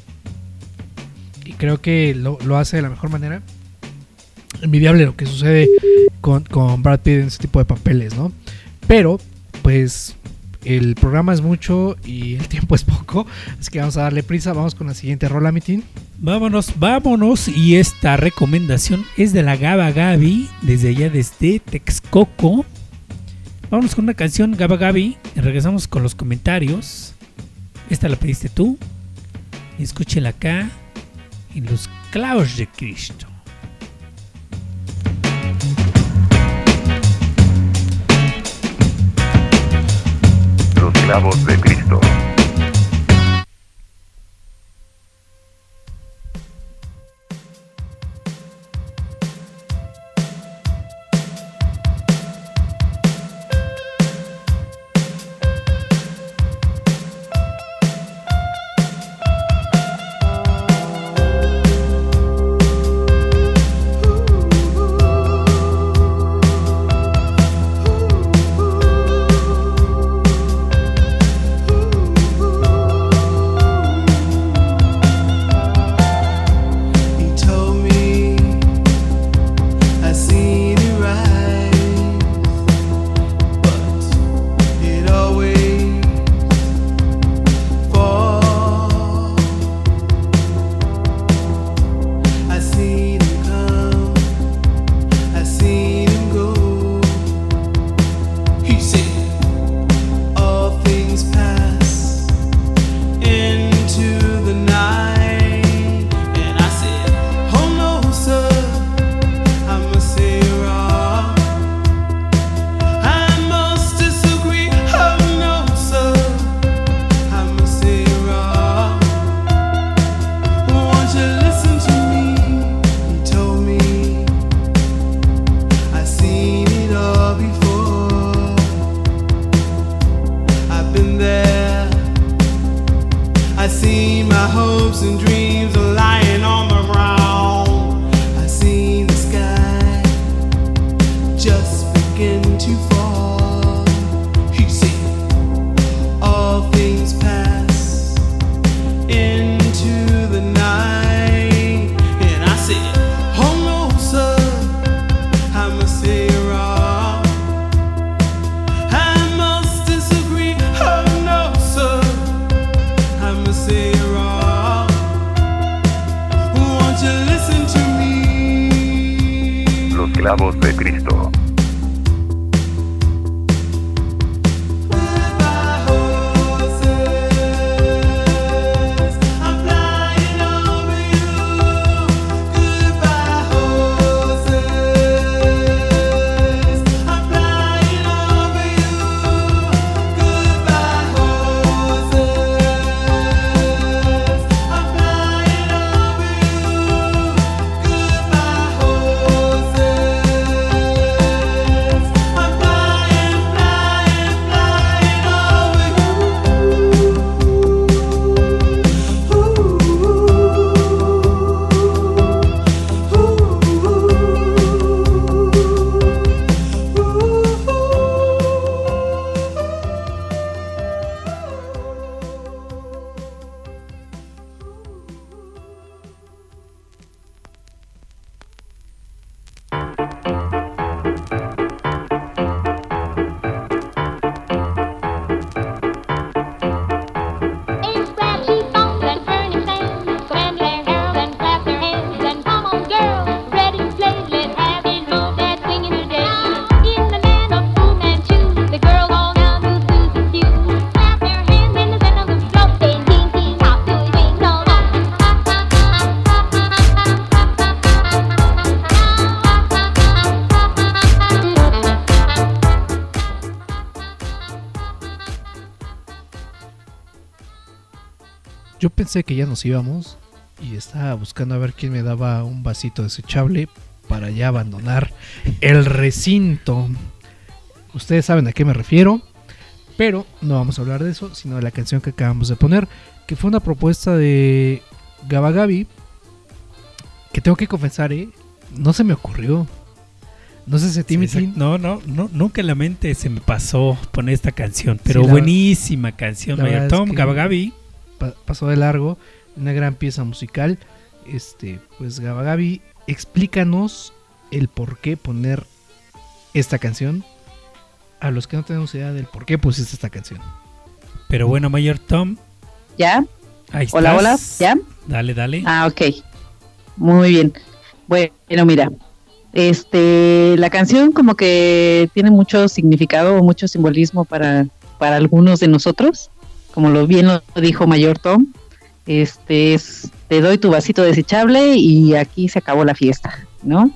Y creo que lo, lo hace de la mejor manera. Envidiable lo que sucede con, con Brad Pitt en ese tipo de papeles, ¿no? Pero, pues, el programa es mucho y el tiempo es poco, así que vamos a darle prisa. Vamos con la siguiente rola, mitin. Vámonos, vámonos. Y esta recomendación es de la Gaba Gabi, desde allá, desde Texcoco. Vámonos con una canción, Gaba Gabi, y regresamos con los comentarios. Esta la pediste tú. Escúchela acá en Los Clavos de Cristo. Los clavos de Cristo. He told me I seen it rise, but it always fall. I seen him come, I seen him go. He said, all things pass into the night. And I said, oh no, sir, I must say you're wrong. I must disagree. Oh no, sir, I must say you're wrong. Won't you listen to me? He told me I seen it all before. I've been there. I see my hopes and dreams are lying on the ground. I see the sky just begin to fall. He said, all things pass into the night. And I said, oh no, sir, I must say you're wrong. I must disagree. Oh no, sir, I must say you're wrong. pensé que ya nos íbamos y estaba buscando a ver quién me daba un vasito desechable para ya abandonar el recinto. Ustedes saben a qué me refiero, pero no vamos a hablar de eso, sino de la canción que acabamos de poner, que fue una propuesta de Gabagabi, que tengo que confesar, ¿eh? No se me ocurrió. No sé si a ti, Sí, Mitin. exacto. no, no, no, nunca en la mente se me pasó poner esta canción, pero la- buenísima canción, la Mayor verdad es Tom, que- Gabagabi. Pa- pasó de largo, una gran pieza musical. Este, pues Gabagabi, explícanos el por qué poner esta canción. A los que no tenemos idea del por qué pusiste esta canción. Pero bueno, Mayor Tom, ¿Ya? ahí estás. Hola, hola, ¿ya? Dale, dale. Ah, ok. Muy bien. Bueno, mira, este, la canción como que tiene mucho significado o mucho simbolismo para, para algunos de nosotros, como lo bien lo dijo Mayor Tom. Este es, te doy tu vasito desechable y aquí se acabó la fiesta, ¿no?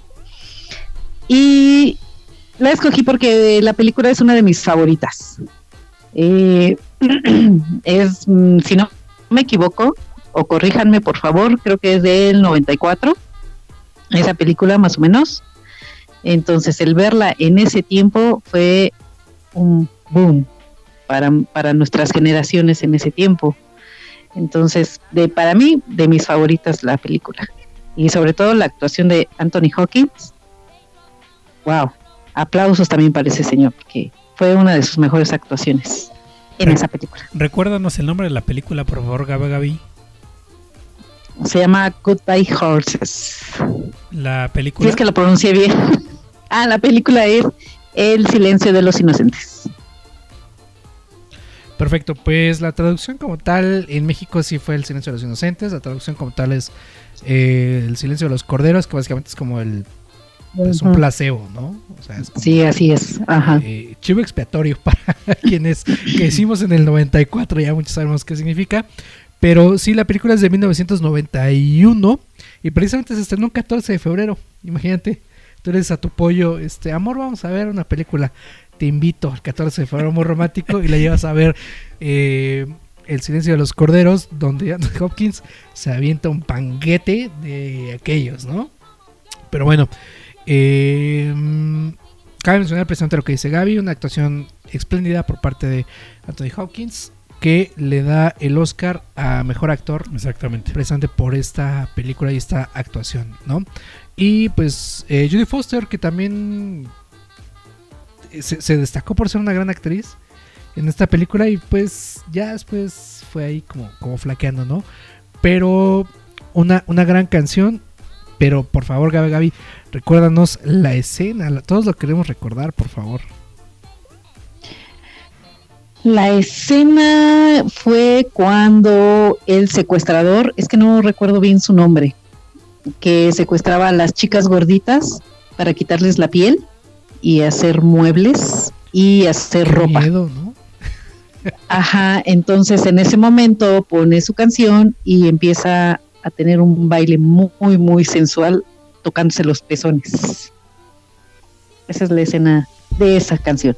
Y la escogí porque la película es una de mis favoritas. Eh, es, mm, si no me equivoco, o corríjanme por favor, creo que es del noventa y cuatro, esa película más o menos. Entonces el verla en ese tiempo fue un boom para, para nuestras generaciones en ese tiempo. Entonces, de para mí, de mis favoritas la película. Y sobre todo la actuación de Anthony Hopkins. Wow, aplausos también para ese señor, porque fue una de sus mejores actuaciones en Re- esa película. Recuérdanos el nombre de la película, por favor, Gabagabi. Se llama Goodbye Horses. La Si película. es que lo pronuncié bien. Ah, la película es El silencio de los inocentes. Perfecto, pues la traducción como tal en México sí fue El silencio de los inocentes. La traducción como tal es eh, El silencio de los corderos, que básicamente es como el es un Ujú. placebo, ¿no? O sea, es como, Sí, así es. Ajá. eh, chivo expiatorio para quienes que hicimos en el noventa y cuatro, ya muchos sabemos qué significa. Pero sí, la película es de mil novecientos noventa y uno y precisamente se estrenó el catorce de febrero. Imagínate, tú eres a tu pollo, este, amor, vamos a ver una película. Te invito al catorce de febrero, muy romántico, y la llevas a ver eh, El silencio de los corderos, donde Anthony Hopkins se avienta un panguete de aquellos, ¿no? Pero bueno, eh, cabe mencionar precisamente lo que dice Gaby, una actuación espléndida por parte de Anthony Hopkins, que le da el Oscar a Mejor Actor Exactamente. precisamente por esta película y esta actuación, ¿no? Y pues eh, Judy Foster, que también se, se destacó por ser una gran actriz en esta película, y pues ya después fue ahí como, como flaqueando, ¿no? Pero una, una gran canción. Pero por favor, Gaby, Gaby, recuérdanos la escena, la- todos lo queremos recordar, por favor. La escena fue cuando el secuestrador, es que no recuerdo bien su nombre, que secuestraba a las chicas gorditas para quitarles la piel y hacer muebles y hacer Qué ropa. miedo, ¿no? Ajá, entonces en ese momento pone su canción y empieza a tener un baile muy, muy sensual tocándose los pezones. Esa es la escena de esa canción.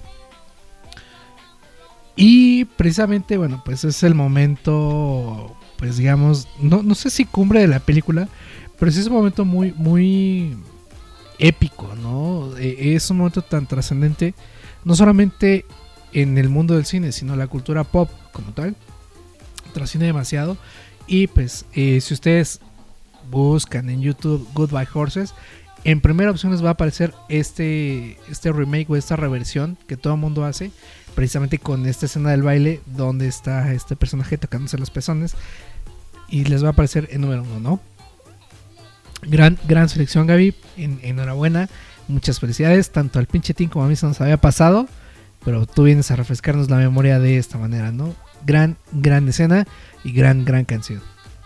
Y precisamente, bueno, pues es el momento, pues digamos, no, no sé si cumbre de la película, pero sí es un momento muy, muy épico, ¿no? Eh, es un momento tan trascendente, no solamente en el mundo del cine, sino la cultura pop como tal. Trasciende demasiado. Y pues, eh, si ustedes buscan en YouTube Goodbye Horses, en primera opción les va a aparecer este, este remake o esta reversión que todo el mundo hace, precisamente con esta escena del baile donde está este personaje tocándose los pezones, y les va a aparecer en número uno, ¿no? Gran, gran selección, Gaby. En, enhorabuena, muchas felicidades, tanto al pinche team como a mí se nos había pasado, pero tú vienes a refrescarnos la memoria de esta manera, ¿no? Gran, gran escena y gran, gran canción.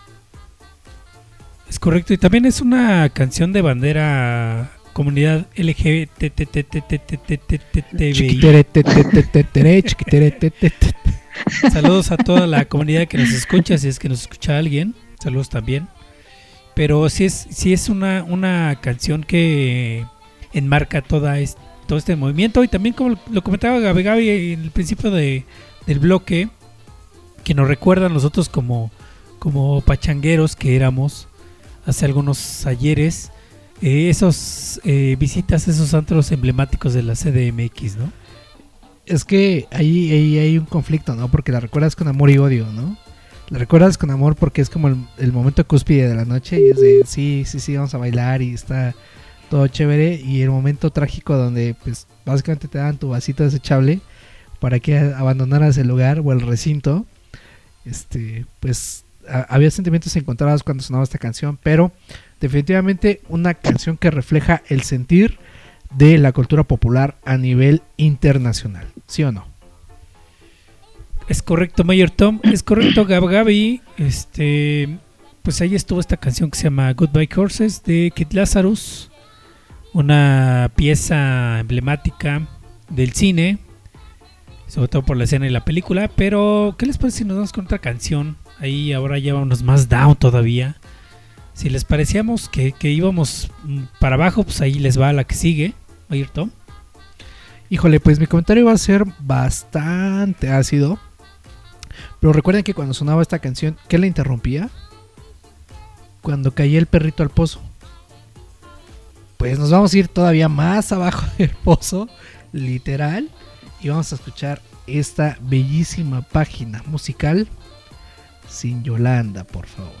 Es correcto, y también es una canción de bandera comunidad L G B T I. Chiquitere, te, te, te, te, tere, chiquitere, te, te, te. Saludos a toda la comunidad que nos escucha, si es que nos escucha alguien. Saludos también. Pero sí es, sí es una, una canción que enmarca toda es- todo este movimiento. Y también, como lo comentaba Gaby Gaby en el principio de, del bloque, que nos recuerda a nosotros como, como pachangueros que éramos hace algunos ayeres, eh, esos eh, visitas, esos antros emblemáticos de la C D M X, ¿no? Es que ahí, ahí hay un conflicto, ¿no? Porque la recuerdas con amor y odio, ¿no? La recuerdas con amor porque es como el, el momento cúspide de la noche y es de sí, sí, sí, vamos a bailar y está todo chévere. Y el momento trágico donde pues básicamente te dan tu vasito desechable para que abandonaras el lugar o el recinto. Este, pues a, había sentimientos encontrados cuando sonaba esta canción, pero definitivamente una canción que refleja el sentir de la cultura popular a nivel internacional, ¿sí o no? Es correcto, Mayor Tom, es correcto, Gab Gabi. Este, pues ahí estuvo esta canción que se llama Goodbye Horses de Kid Lazarus, una pieza emblemática del cine, sobre todo por la escena y la película. Pero, ¿qué les parece si nos vamos con otra canción? Ahí ahora ya vámonos más down todavía. Si les parecíamos que, que íbamos para abajo, pues ahí les va la que sigue, Mayor Tom. Híjole, pues mi comentario va a ser bastante ácido. Pero recuerden que cuando sonaba esta canción, ¿qué la interrumpía? Cuando caía el perrito al pozo. Pues nos vamos a ir todavía más abajo del pozo, literal. Y vamos a escuchar esta bellísima página musical sin Yolanda, por favor.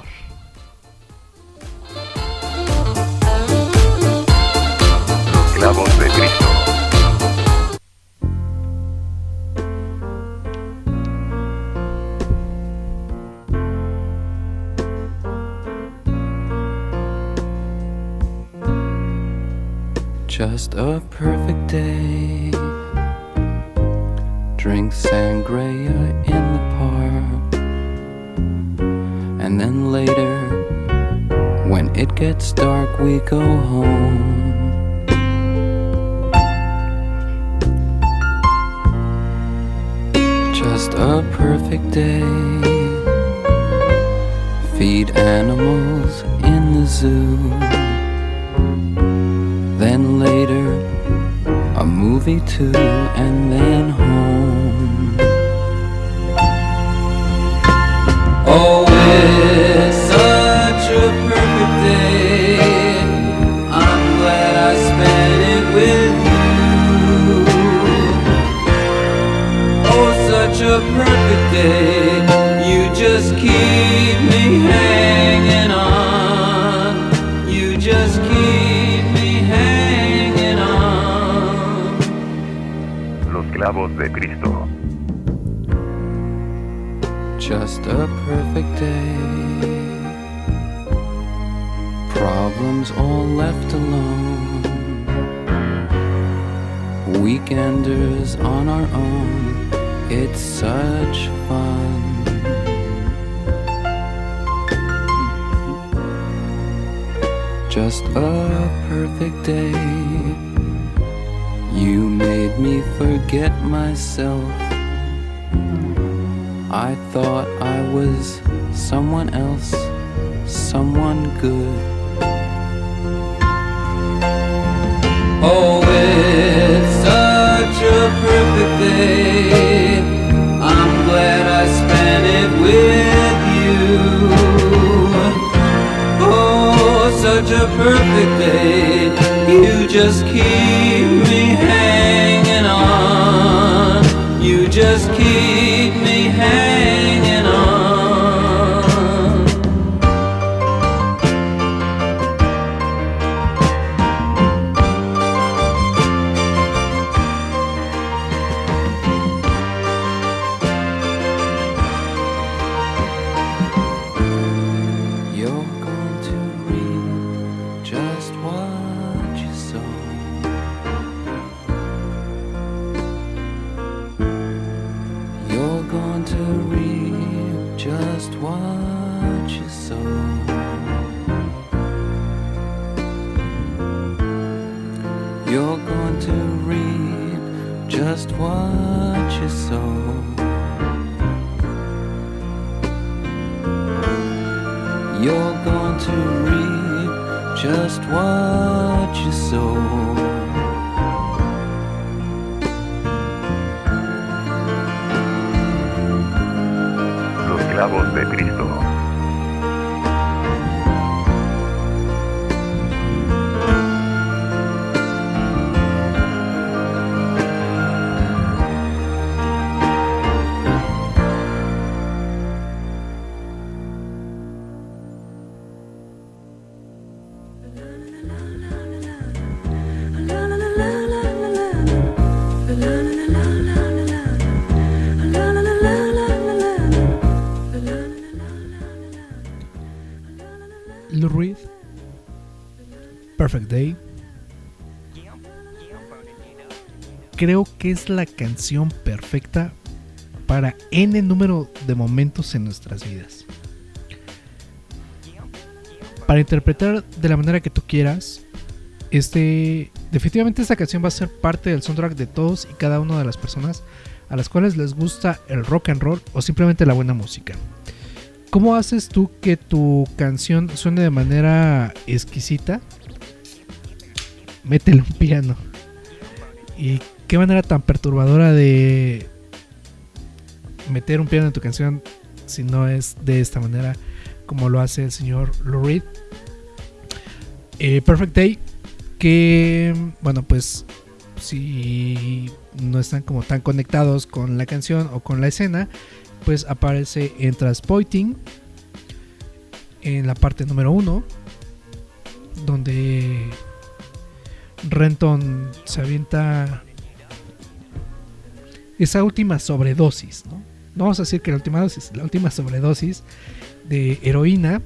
Clavos de Cristo. Just a perfect day. Drink sangria in the park. And then later, when it gets dark, we go home. Just a perfect day. Feed animals in the zoo. Then later, a movie too, and then home. Oh, it's such a perfect day. I'm glad I spent it with you. Oh, such a perfect day. You just keep me hanging on. You just keep me hanging on. Los clavos de Cristo. Just a perfect day. Problems all left alone. Weekenders on our own. It's such fun. Just a perfect day. You made me forget myself. I thought I was someone else, someone good. Oh, it's such a perfect day. I'm glad I spent it with you. Oh, such a perfect day. You just keep me hanging on. You just keep me hanging on. You're going to reap just what you sow. You're going to reap just what you sow. You're going to reap just what you sow. You're going to reap just what you sow. Los clavos de Cristo. Lou Reed, Perfect Day. Creo que es la canción perfecta para N número de momentos en nuestras vidas. Para interpretar de la manera que tú quieras, este, definitivamente esta canción va a ser parte del soundtrack de todos y cada una de las personas a las cuales les gusta el rock and roll o simplemente la buena música. ¿Cómo haces tú que tu canción suene de manera exquisita? Métele un piano. Y qué manera tan perturbadora de meter un piano en tu canción si no es de esta manera como lo hace el señor Lou Reed. eh, Perfect Day, que bueno, pues si no están como tan conectados con la canción o con la escena, pues aparece en Transporting en la parte número uno, donde Renton se avienta esa última sobredosis, ¿no? No vamos a decir que la última dosis, la última sobredosis de heroína.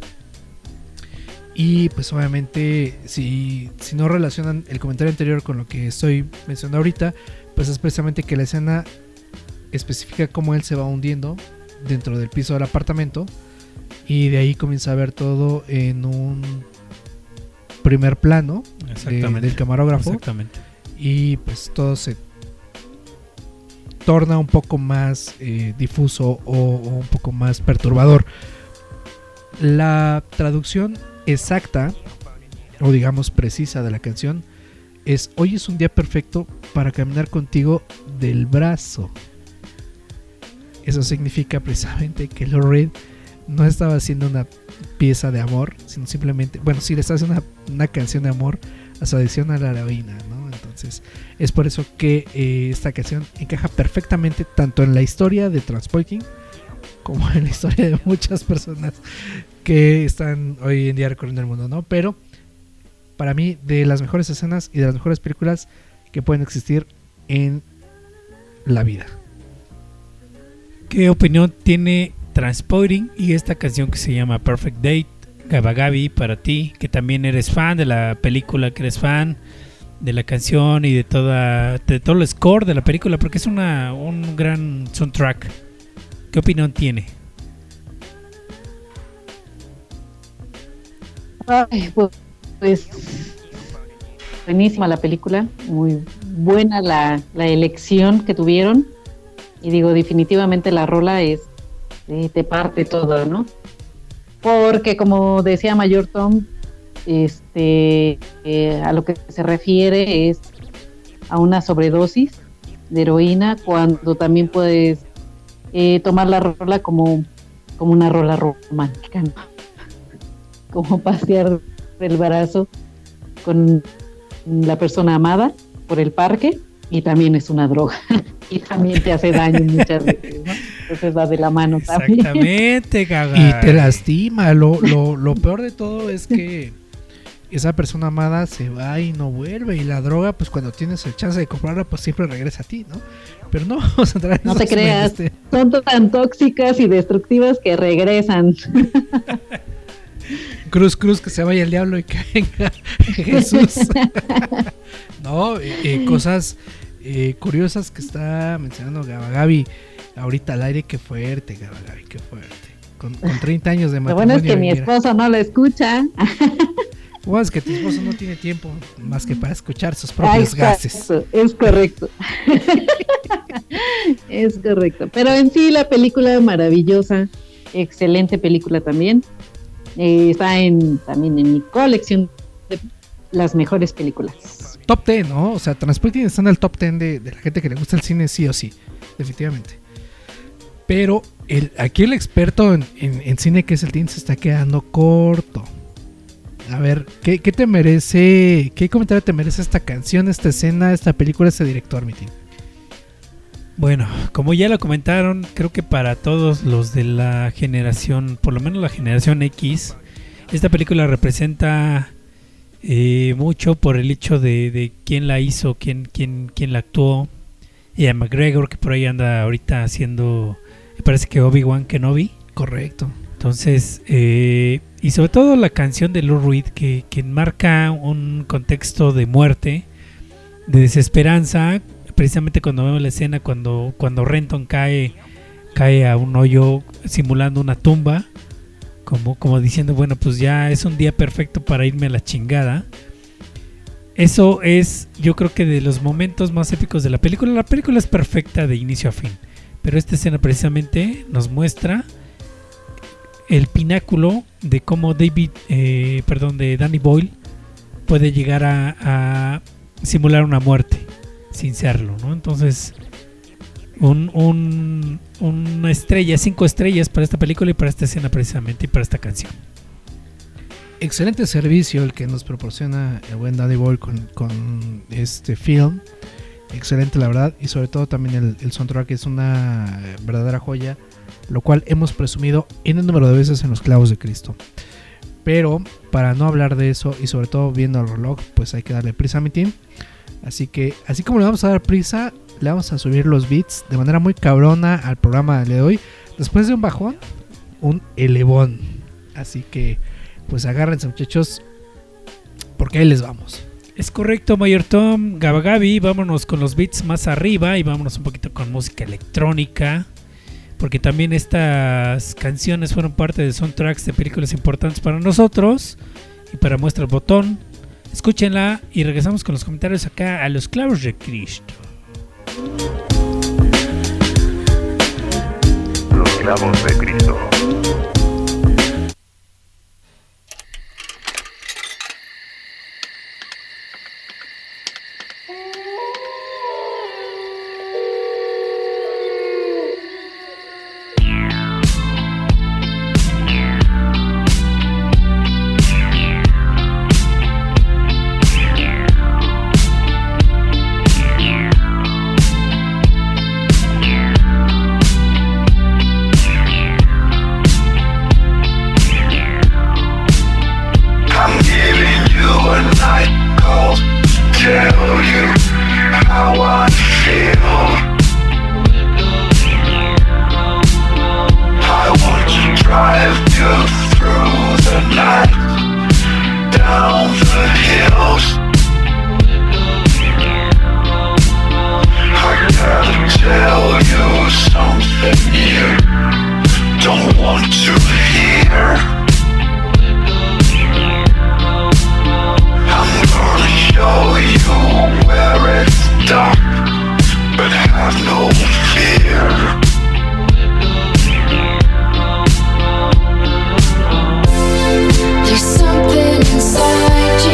Y pues obviamente si, si no relacionan el comentario anterior con lo que estoy mencionando ahorita, pues es precisamente que la escena especifica cómo él se va hundiendo dentro del piso del apartamento, y de ahí comienza a ver todo en un primer plano de, del camarógrafo. Exactamente. Y pues todo se torna un poco más eh, difuso o, o un poco más perturbador. La traducción exacta, o digamos precisa, de la canción es: hoy es un día perfecto para caminar contigo del brazo. Eso significa precisamente que Lou Reed no estaba haciendo una pieza de amor, sino simplemente, bueno, sí le está haciendo una, una canción de amor a su adicción a la heroína, ¿no? Entonces es por eso que eh, esta canción encaja perfectamente tanto en la historia de Transporting como en la historia de muchas personas que están hoy en día recorriendo el mundo, ¿no? Pero para mí, de las mejores escenas y de las mejores películas que pueden existir en la vida. ¿Qué opinión tiene Transporting y esta canción que se llama Perfect Date? Gaba Gabi, para ti, que también eres fan de la película, que eres fan de la canción y de toda de todo el score de la película, porque es una un gran soundtrack. ¿Qué opinión tiene? Ay, pues, pues buenísima la película, muy buena la, la elección que tuvieron, y digo, definitivamente la rola es eh, te parte todo, ¿no? Porque como decía Mayor Tom, este eh, a lo que se refiere es a una sobredosis de heroína, cuando también puedes eh, tomar la rola como, como una rola romántica, ¿no? Como pasear el brazo con la persona amada por el parque, y también es una droga y también te hace daño muchas veces, ¿no? Entonces va de la mano también. Exactamente, Gaga. Y te lastima. Lo, lo, lo peor de todo es que esa persona amada se va y no vuelve, y la droga, pues cuando tienes el chance de comprarla, pues siempre regresa a ti, ¿no? Pero no vamos a entrar en No te esos creas, memes, son tan tóxicas y destructivas que regresan. Cruz, cruz, que se vaya el diablo y que venga Jesús. No, eh, eh, cosas eh, curiosas que está mencionando Gaba Gabi ahorita al aire. Qué fuerte, Gaba Gabi, qué fuerte. Con, con treinta años de Lo matrimonio. bueno es que mi mira. esposo no lo escucha. Bueno, es que tu esposo no tiene tiempo más que para escuchar sus Ah, propios exacto, gases. es correcto. Es correcto. Pero en sí la película maravillosa, excelente película también. Eh, está en también en mi colección de las mejores películas. Top diez, ¿no? O sea, Transporting está en el top diez de, de la gente que le gusta el cine, sí o sí, definitivamente. Pero el, aquí el experto en, en, en cine, que es el Team, se está quedando corto. A ver, ¿qué, ¿qué te merece? ¿Qué comentario te merece esta canción, esta escena, esta película, este director, mi team? Bueno, como ya lo comentaron, creo que para todos los de la generación, por lo menos la generación X, esta película representa eh, mucho por el hecho de, de quién la hizo, quién, quién, quién la actuó. Ian McGregor, que por ahí anda ahorita haciendo, me parece que Obi-Wan Kenobi. Correcto. Entonces, eh, y sobre todo la canción de Lou Reed que, que marca un contexto de muerte, de desesperanza, precisamente cuando vemos la escena cuando, cuando Renton cae, cae a un hoyo simulando una tumba, como, como diciendo, bueno, pues ya es un día perfecto para irme a la chingada. Eso es, yo creo que de los momentos más épicos de la película. La película es perfecta de inicio a fin, pero esta escena precisamente nos muestra el pináculo de cómo David, eh, perdón, de Danny Boyle puede llegar a, a simular una muerte sin serlo, ¿no? Entonces, un, un, una estrella, cinco estrellas para esta película y para esta escena precisamente y para esta canción. Excelente servicio el que nos proporciona el buen Danny Boyle con, con este film. Excelente, la verdad, y sobre todo también el, el soundtrack es una verdadera joya, lo cual hemos presumido en el número de veces en Los Clavos de Cristo. Pero para no hablar de eso y sobre todo viendo el reloj, pues hay que darle prisa a mi team. Así que, así como le vamos a dar prisa, le vamos a subir los beats de manera muy cabrona al programa del día de hoy. Después de un bajón, un elevón. Así que, pues agárrense, muchachos, porque ahí les vamos. Es correcto, Mayor Tom, Gabagabi, vámonos con los beats más arriba y vámonos un poquito con música electrónica, porque también estas canciones fueron parte de soundtracks de películas importantes para nosotros y para Muestra el Botón. Escúchenla y regresamos con los comentarios acá a Los Clavos de Cristo. Los Clavos de Cristo. There's something inside you.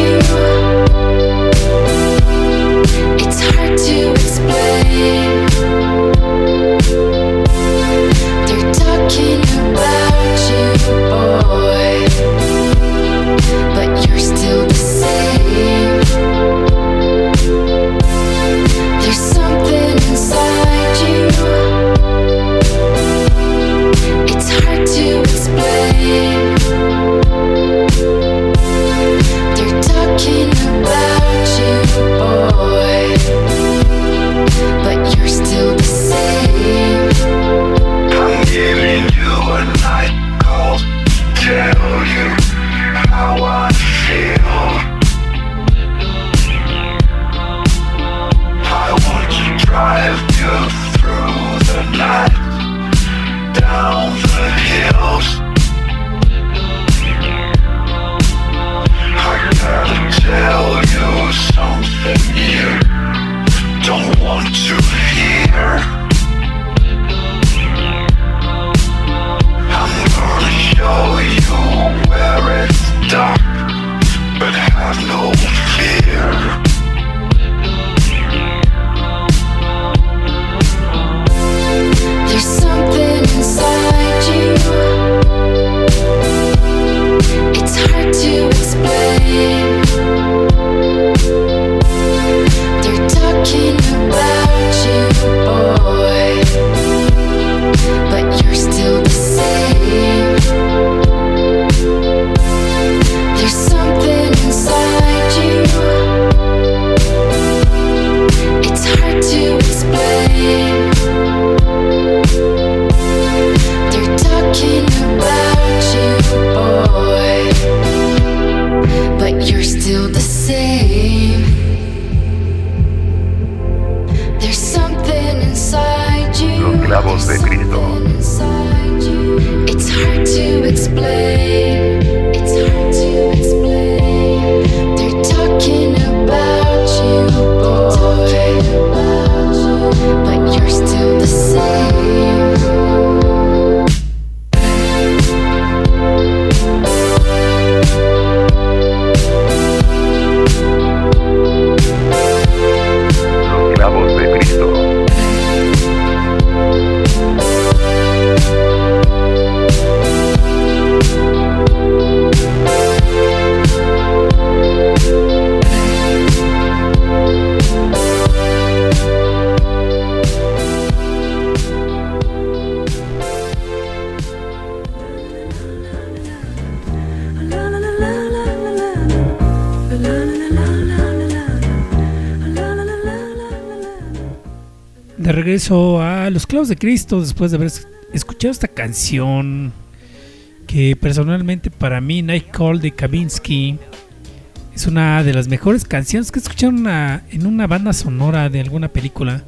de regreso a Los Clavos de Cristo después de haber es- escuchado esta canción que personalmente para mí, Night Call de Kavinsky, es una de las mejores canciones que he escuchado en una, en una banda sonora de alguna película.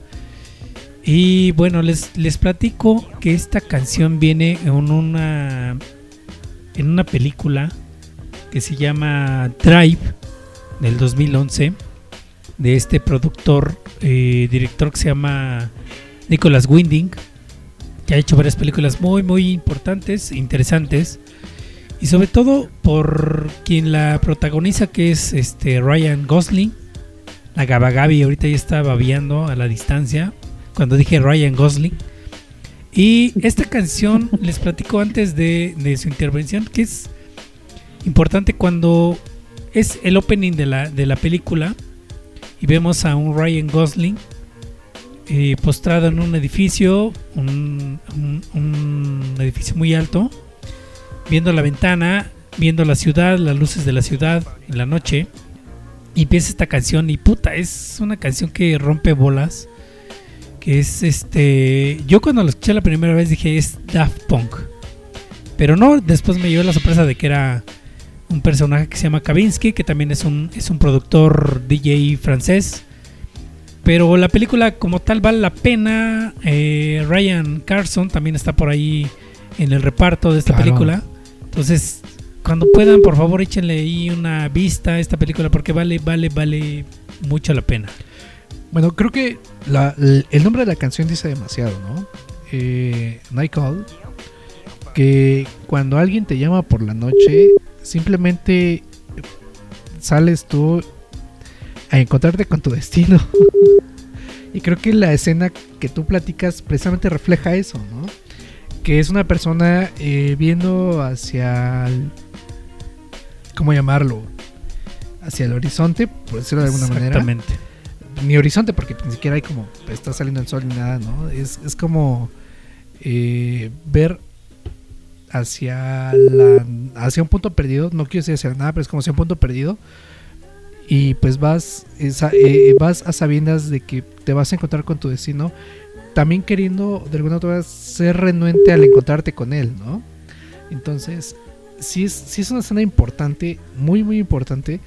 Y bueno, les, les platico que esta canción viene en una, en una película que se llama Drive del dos mil once, de este productor, eh, director que se llama Nicholas Winding, que ha hecho varias películas muy muy importantes, interesantes, y sobre todo por quien la protagoniza, que es este Ryan Gosling. La Gaba Gabi ahorita ya está babeando a la distancia cuando dije Ryan Gosling. Y esta canción les platico antes de, de su intervención, que es importante cuando es el opening de la, de la película y vemos a un Ryan Gosling eh, postrado en un edificio, un, un, un edificio muy alto, viendo la ventana, viendo la ciudad, las luces de la ciudad en la noche, y empieza esta canción y puta, es una canción que rompe bolas, que es este, yo cuando la escuché la primera vez dije es Daft Punk, pero no, después me llevé la sorpresa de que era un personaje que se llama Kavinsky, que también es un, es un productor D J francés. Pero la película como tal vale la pena. eh, Ryan Carson también está por ahí en el reparto de esta Claro. película. Entonces, cuando puedan, por favor, échenle ahí una vista a esta película, porque vale, vale, vale mucho la pena. Bueno, creo que la- el el nombre de la canción dice demasiado, ¿no? Eh, Night Call. Que cuando alguien te llama por la noche, simplemente sales tú a encontrarte con tu destino. Y creo que la escena que tú platicas precisamente refleja eso, ¿no? Que es una persona eh, viendo hacia el, ¿cómo llamarlo? Hacia el horizonte, por decirlo de alguna manera. Exactamente. Ni horizonte, porque ni siquiera hay como está saliendo el sol ni nada, ¿no? Es, es como eh, ver hacia la hacia un punto perdido, no quiero decir hacia nada, pero es como hacia un punto perdido, y pues vas esa, eh, vas a sabiendas de que te vas a encontrar con tu destino, también queriendo de alguna otra manera ser renuente al encontrarte con él, ¿no? Entonces sí es, sí es una escena importante, muy muy importante.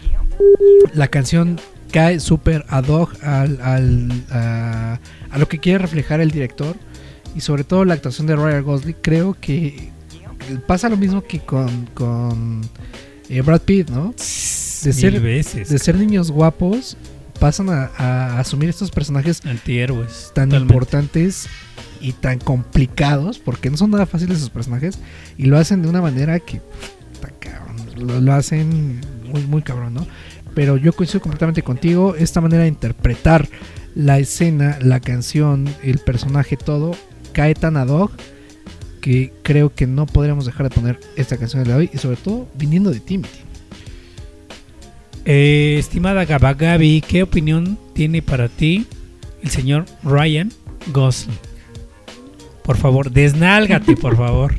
La canción cae súper ad hoc al, al, a, a lo que quiere reflejar el director, y sobre todo la actuación de Ryan Gosling. Creo que pasa lo mismo que con, con eh, Brad Pitt, ¿no? De Mil ser, veces. de ser niños guapos, pasan a, a asumir estos personajes Antihéroes. tan totalmente. importantes y tan complicados, porque no son nada fáciles esos personajes, y lo hacen de una manera que puta, cabrón, lo, lo hacen muy muy cabrón, ¿no? Pero yo coincido completamente contigo, esta manera de interpretar la escena, la canción, el personaje, todo cae tan ad hoc que creo que no podríamos dejar de poner esta canción de hoy, y sobre todo viniendo de Timothy. Eh, estimada Gaba Gabi, ¿qué opinión tiene para ti el señor Ryan Gosling? Por favor, desnálgate, por favor.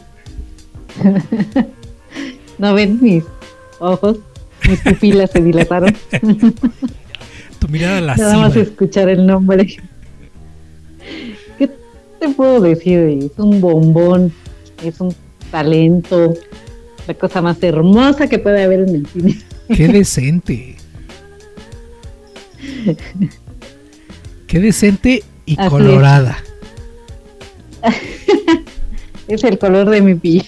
¿No ven mis ojos? Mis pupilas se dilataron. Tu mirada Nada lasciva. más escuchar el nombre. ¿Qué te puedo decir? Es un bombón, es un talento, la cosa más hermosa que puede haber en el cine. ¡Qué decente! ¡Qué decente y Así colorada! Es el color de mi piel.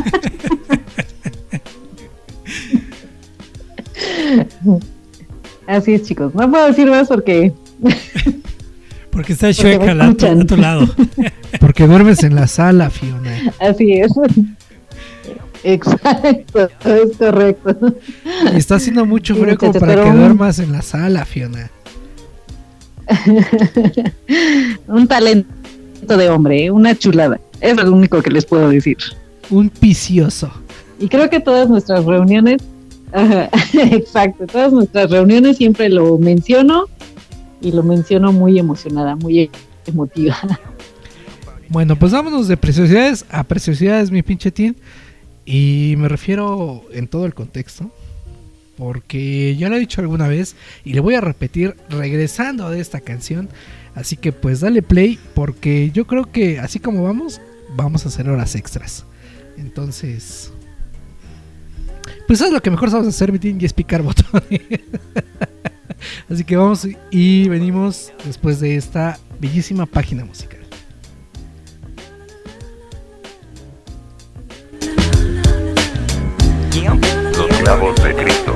Así es, chicos. No puedo decir más porque Porque está Porque Shrek me al otro, escuchan. al otro lado. Porque duermes en la sala, Fiona. así es. Exacto, es correcto. Y está haciendo mucho Sí, frío como muchachos, para pero que un- duermas en la sala, Fiona. Un talento de hombre, ¿eh? Una chulada. Es lo único que les puedo decir. Un vicioso. Y creo que todas nuestras reuniones, ajá, exacto, todas nuestras reuniones siempre lo menciono y lo menciono muy emocionada, muy emotiva. Bueno, pues vámonos de preciosidades a preciosidades, mi pinche Tin. Y me refiero en todo el contexto, porque ya lo he dicho alguna vez y le voy a repetir regresando de esta canción. Así que pues dale play, porque yo creo que así como vamos, vamos a hacer horas extras. Entonces, pues es lo que mejor sabes hacer, Mitin, y es picar botones. Así que vamos y venimos después de esta bellísima página musical. Los clavos de Cristo.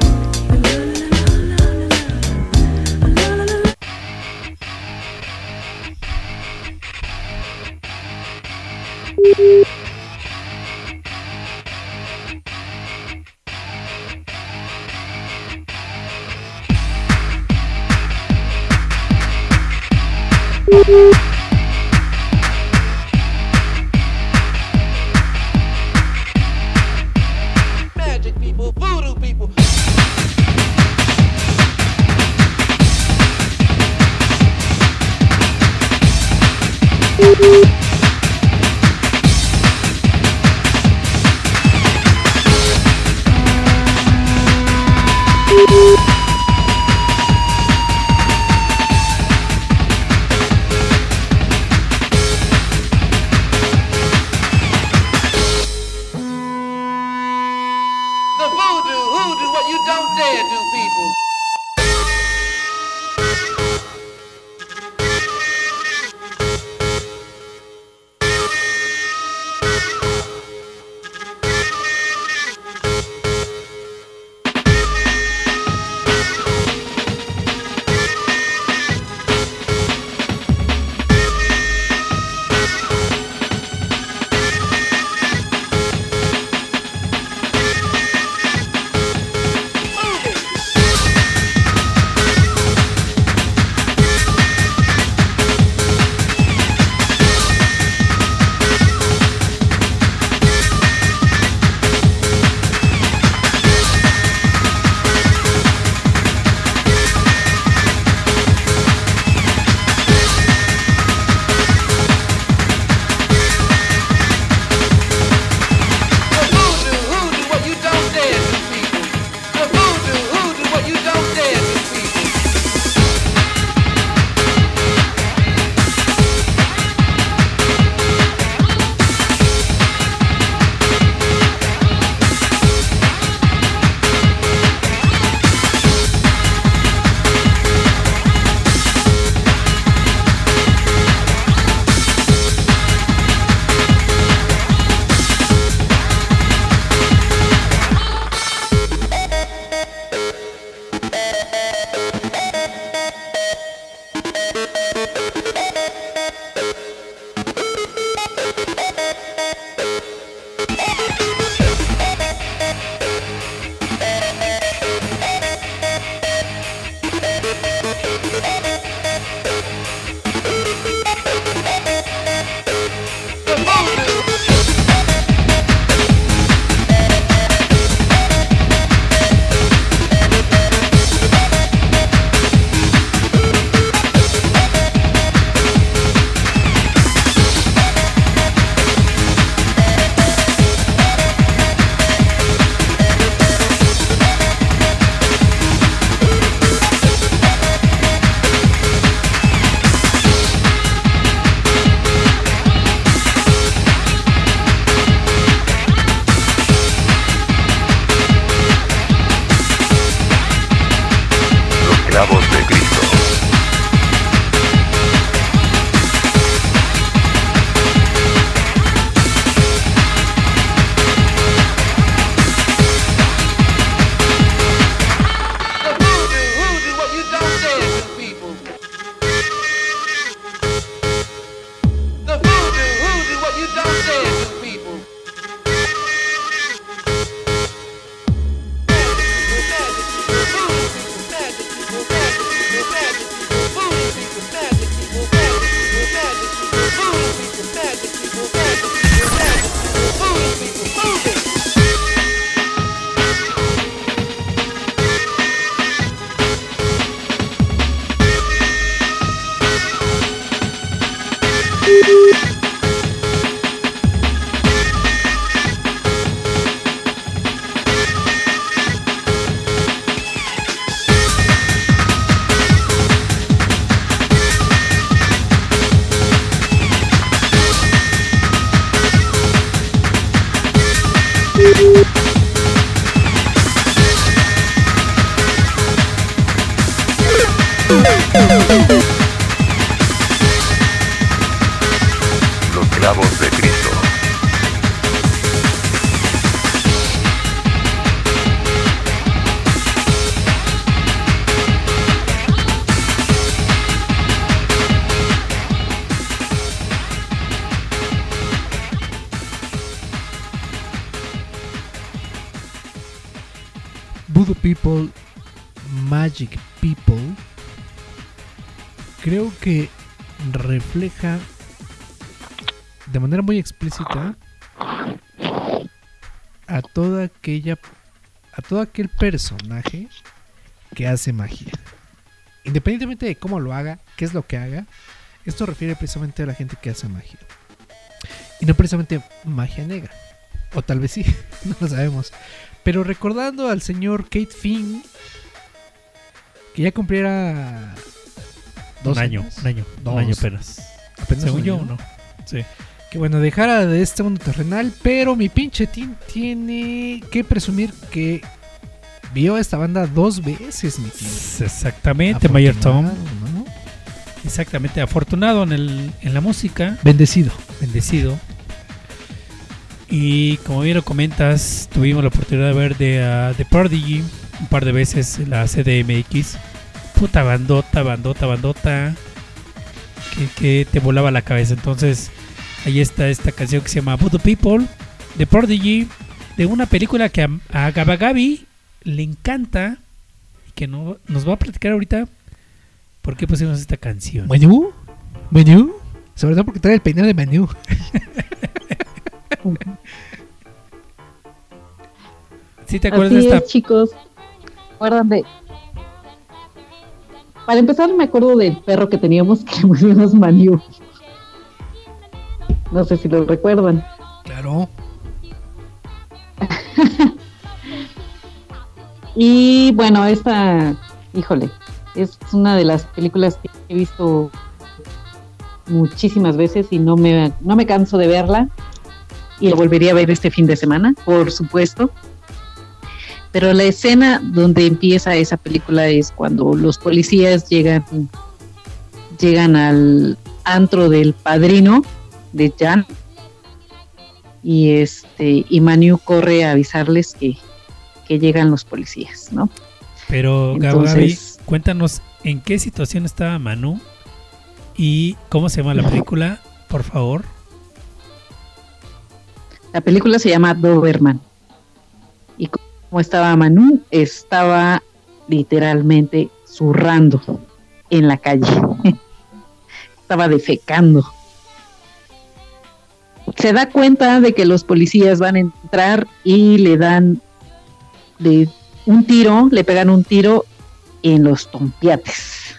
Magic people, voodoo people. The voodoo, hoodoo, what you don't dare do, people. The voodoo, hoodoo, what you don't dare do, people. The voodoo, hoodoo, what you don't dare do, people. The voodoo. Los clavos de Cristo. The voodoo, hoodoo, what you don't dare do, people. The voodoo, hoodoo, what you don't dare do, people. Magic people, magic people, voodoo people, magic people, magic Voodoo People, Magic People, creo que refleja de manera muy explícita a toda aquella a todo aquel personaje que hace magia. Independientemente de cómo lo haga, qué es lo que haga, esto refiere precisamente a la gente que hace magia. Y no precisamente magia negra. O tal vez sí, no lo sabemos. Pero recordando al señor Kate Finn, que ya cumpliera dos Un año, años. un año, Dos. un año apenas. Apenas Según un yo, año. no. Sí. Que bueno, dejara de este mundo terrenal, pero mi pinche Tim tiene que presumir que vio a esta banda dos veces, mi tío. Exactamente, Mayor Tom. Afortunado, ¿no? Exactamente, afortunado en, el, en la música, Bendecido. bendecido. Y como bien lo comentas, tuvimos la oportunidad de ver de uh, The Prodigy un par de veces en la C D M X. Puta bandota, bandota, bandota. Que, que te volaba la cabeza. Entonces, ahí está esta canción que se llama Voodoo People, The Prodigy, de una película que a, a Gabagabi le encanta y que no, nos va a platicar ahorita por qué pusimos esta canción. Menú, menú, sobre todo porque trae el peinado de menú. ¿Sí te acuerdas Así de esta? es, chicos. ¿Recuerdan de? Para empezar, me acuerdo del perro que teníamos que le pusimos Maniu. No sé si lo recuerdan. Claro. Y bueno, esta, híjole, es una de las películas que he visto muchísimas veces y no me, no me canso de verla. Y la volvería a ver este fin de semana, por supuesto. Pero la escena donde empieza esa película es cuando los policías llegan, llegan al antro del padrino de Jan. Y este, y Manu corre a avisarles que, que llegan los policías, ¿no? Pero Gaby, Entonces- cuéntanos en qué situación estaba Manu y cómo se llama la película, por favor. La película se llama Doberman. Y como estaba Manu, estaba literalmente zurrando en la calle. Estaba defecando. Se da cuenta de que los policías van a entrar y le dan le- un tiro, le pegan un tiro en los tompiates.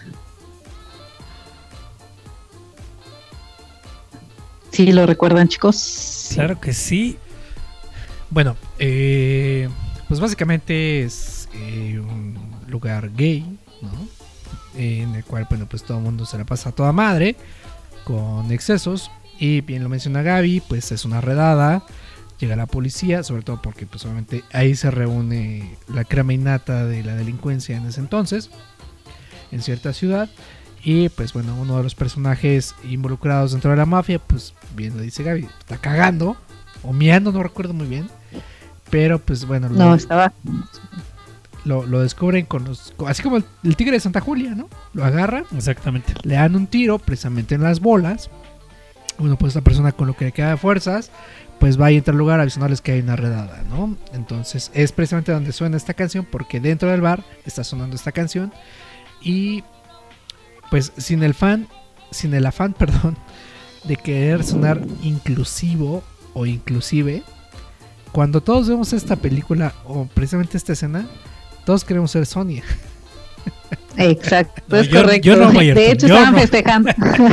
¿Sí lo recuerdan, chicos? Claro que sí. Bueno, eh, pues básicamente es eh, un lugar gay, ¿no? En el cual, bueno, pues todo el mundo se la pasa a toda madre, con excesos. Y bien lo menciona Gaby, pues es una redada. Llega la policía, sobre todo porque pues obviamente ahí se reúne la crema innata de la delincuencia en ese entonces, en cierta ciudad. Y pues bueno, uno de los personajes involucrados dentro de la mafia, pues bien lo dice Gaby, está cagando o miando, no recuerdo muy bien. Pero pues bueno, lo, No, estaba. lo, lo descubren con los... Así como el, el tigre de Santa Julia, ¿no? Lo agarran, Exactamente. le dan un tiro precisamente en las bolas. Bueno, pues esta persona con lo que le queda de fuerzas, pues va a entrar al lugar avisándoles que hay una redada, ¿no? Entonces es precisamente donde suena esta canción, porque dentro del bar está sonando esta canción. Y pues sin el fan, sin el afán, perdón, de querer sonar inclusivo o inclusive, cuando todos vemos esta película o precisamente esta escena, todos queremos ser Sonia. Exacto, No, es yo- correcto. yo no, Mayerton, de hecho, yo estaban no. festejando.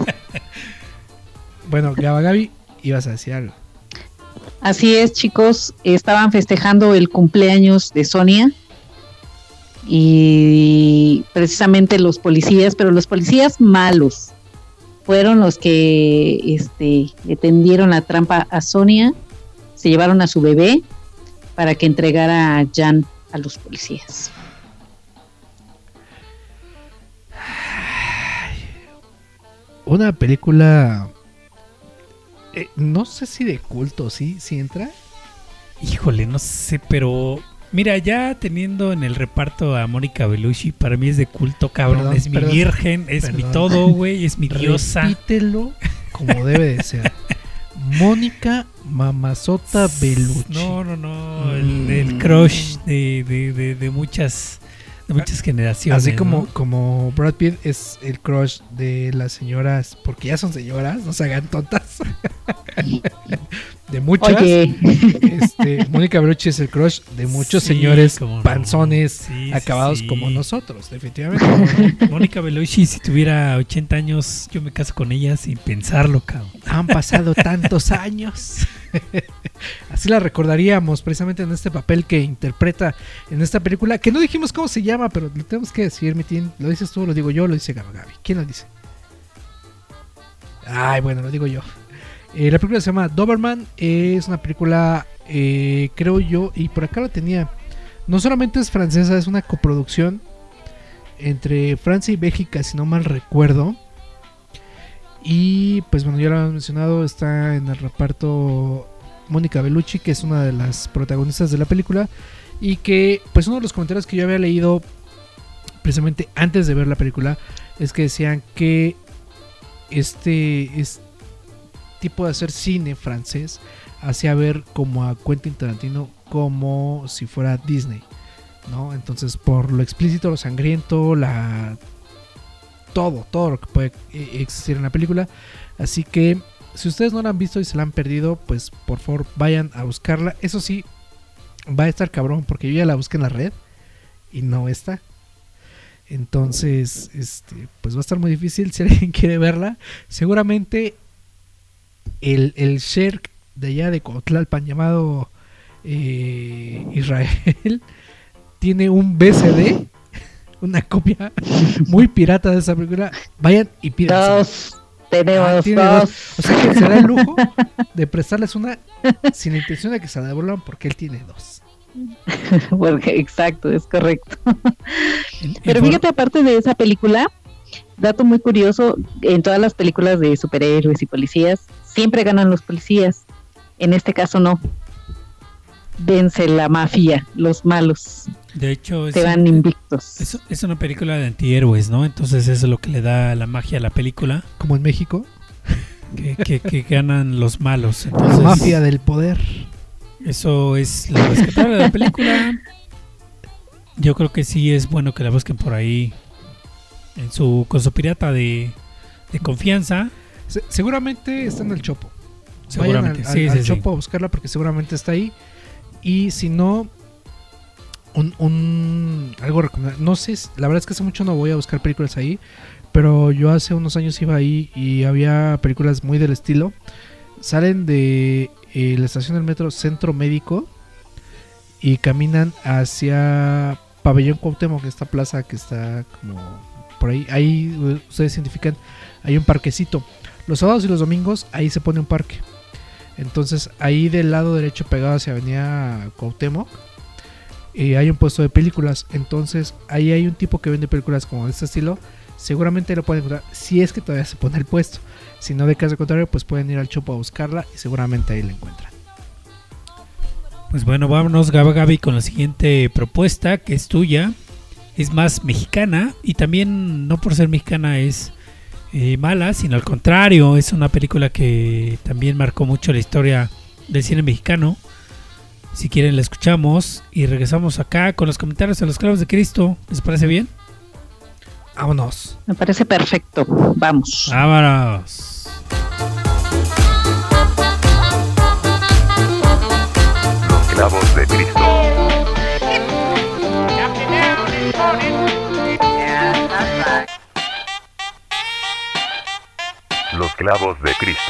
Bueno, Gaba Gaby, ibas a decir algo. Así es, chicos, estaban festejando el cumpleaños de Sonia y precisamente los policías, pero los policías malos fueron los que este, le tendieron la trampa a Sonia, se llevaron a su bebé para que entregara a Jan a los policías. Una película, eh, no sé si de culto, ¿sí? ¿Sí entra? Híjole, no sé, pero mira, ya teniendo en el reparto a Mónica Bellucci, para mí es de culto, cabrón. Perdón, es mi perdón, virgen, es mi perdón. todo, güey, es mi diosa. Repítelo como debe de ser. Mónica Mamazota Bellucci. No, no, no. El, el crush de, de, de, de muchas de muchas generaciones. Así como, ¿no? como Brad Pitt es el crush de las señoras, porque ya son señoras, no se hagan tontas. De muchas. Oye, Este, Mónica Bellucci es el crush de muchos Sí, señores cómo no. panzones Sí, sí, acabados sí. como nosotros, definitivamente. Mónica Bellucci, si tuviera ochenta años, yo me caso con ella sin pensarlo, cabrón. Han pasado tantos años. Así la recordaríamos precisamente en este papel que interpreta en esta película, que no dijimos cómo se llama, pero lo tenemos que decir, Mitin. Lo dices tú, lo digo yo, lo dice Gaba Gaby. ¿Quién lo dice? Ay, bueno, lo digo yo. Eh, la película se llama Doberman. Es una película, eh, creo yo, y por acá lo tenía. No solamente es francesa, es una coproducción entre Francia y Bélgica, si no mal recuerdo. Y pues bueno, ya lo habíamos mencionado, está en el reparto Mónica Bellucci, que es una de las protagonistas de la película. Y que pues uno de los comentarios que yo había leído precisamente antes de ver la película es que decían que este, este tipo de hacer cine francés hacía ver como a Quentin Tarantino como si fuera Disney, ¿no? Entonces, por lo explícito, lo sangriento, la todo, todo lo que puede existir en la película. Así que si ustedes no la han visto y se la han perdido, pues por favor vayan a buscarla. Eso sí, va a estar cabrón porque yo ya la busqué en la red y no está. Entonces, este, pues va a estar muy difícil si alguien quiere verla. Seguramente el, el Sherk de allá de Cotlalpan llamado eh, Israel tiene un V C D, una copia muy pirata de esa película. Vayan y pídansela. dos. Tenemos Ah, tiene dos. dos. O sea que se da el lujo de prestarles una sin la intención de que se la devuelvan porque él tiene dos. Porque, exacto, es correcto. En- Pero en for- fíjate, aparte de esa película, dato muy curioso, en todas las películas de superhéroes y policías, siempre ganan los policías. En este caso no. Vence la mafia, los malos, De hecho, es, se van invictos. es, es una película de antihéroes, ¿no? Entonces eso es lo que le da la magia a la película, Como en México, que, que, que ganan los malos. la Entonces, mafia del poder. eso es lo rescatable de la película. Yo creo que sí es bueno que la busquen por ahí en su con su pirata de, de confianza. Se- seguramente está en el Chopo. Seguramente, Vayan al, sí, al- sí, al sí. Chopo a buscarla porque seguramente está ahí. Y si no, un, un algo recomendable. No sé, si- la verdad es que hace mucho no voy a buscar películas ahí. Pero yo hace unos años iba ahí y había películas muy del estilo. Salen de eh, la estación del metro Centro Médico y caminan hacia Pabellón Cuauhtémoc, esta plaza que está como por ahí. Ahí eh, ustedes identifican, hay un parquecito. Los sábados y los domingos ahí se pone un parque. Entonces ahí del lado derecho pegado hacia Avenida Cuauhtémoc eh, hay un puesto de películas. Entonces ahí hay un tipo que vende películas como de este estilo. Seguramente lo pueden encontrar si es que todavía se pone el puesto. Si no, de caso contrario, pues pueden ir al Chopo a buscarla y seguramente ahí la encuentran. Pues bueno, vámonos Gaba Gaby con la siguiente propuesta que es tuya. Es más mexicana y también no por ser mexicana es eh, mala, sino al contrario, es una película que también marcó mucho la historia del cine mexicano. Si quieren la escuchamos y regresamos acá con los comentarios de los clavos de Cristo. ¿Les parece bien? Vámonos. Me parece perfecto. Vamos. Vámonos. Los clavos de Cristo. Los clavos de Cristo.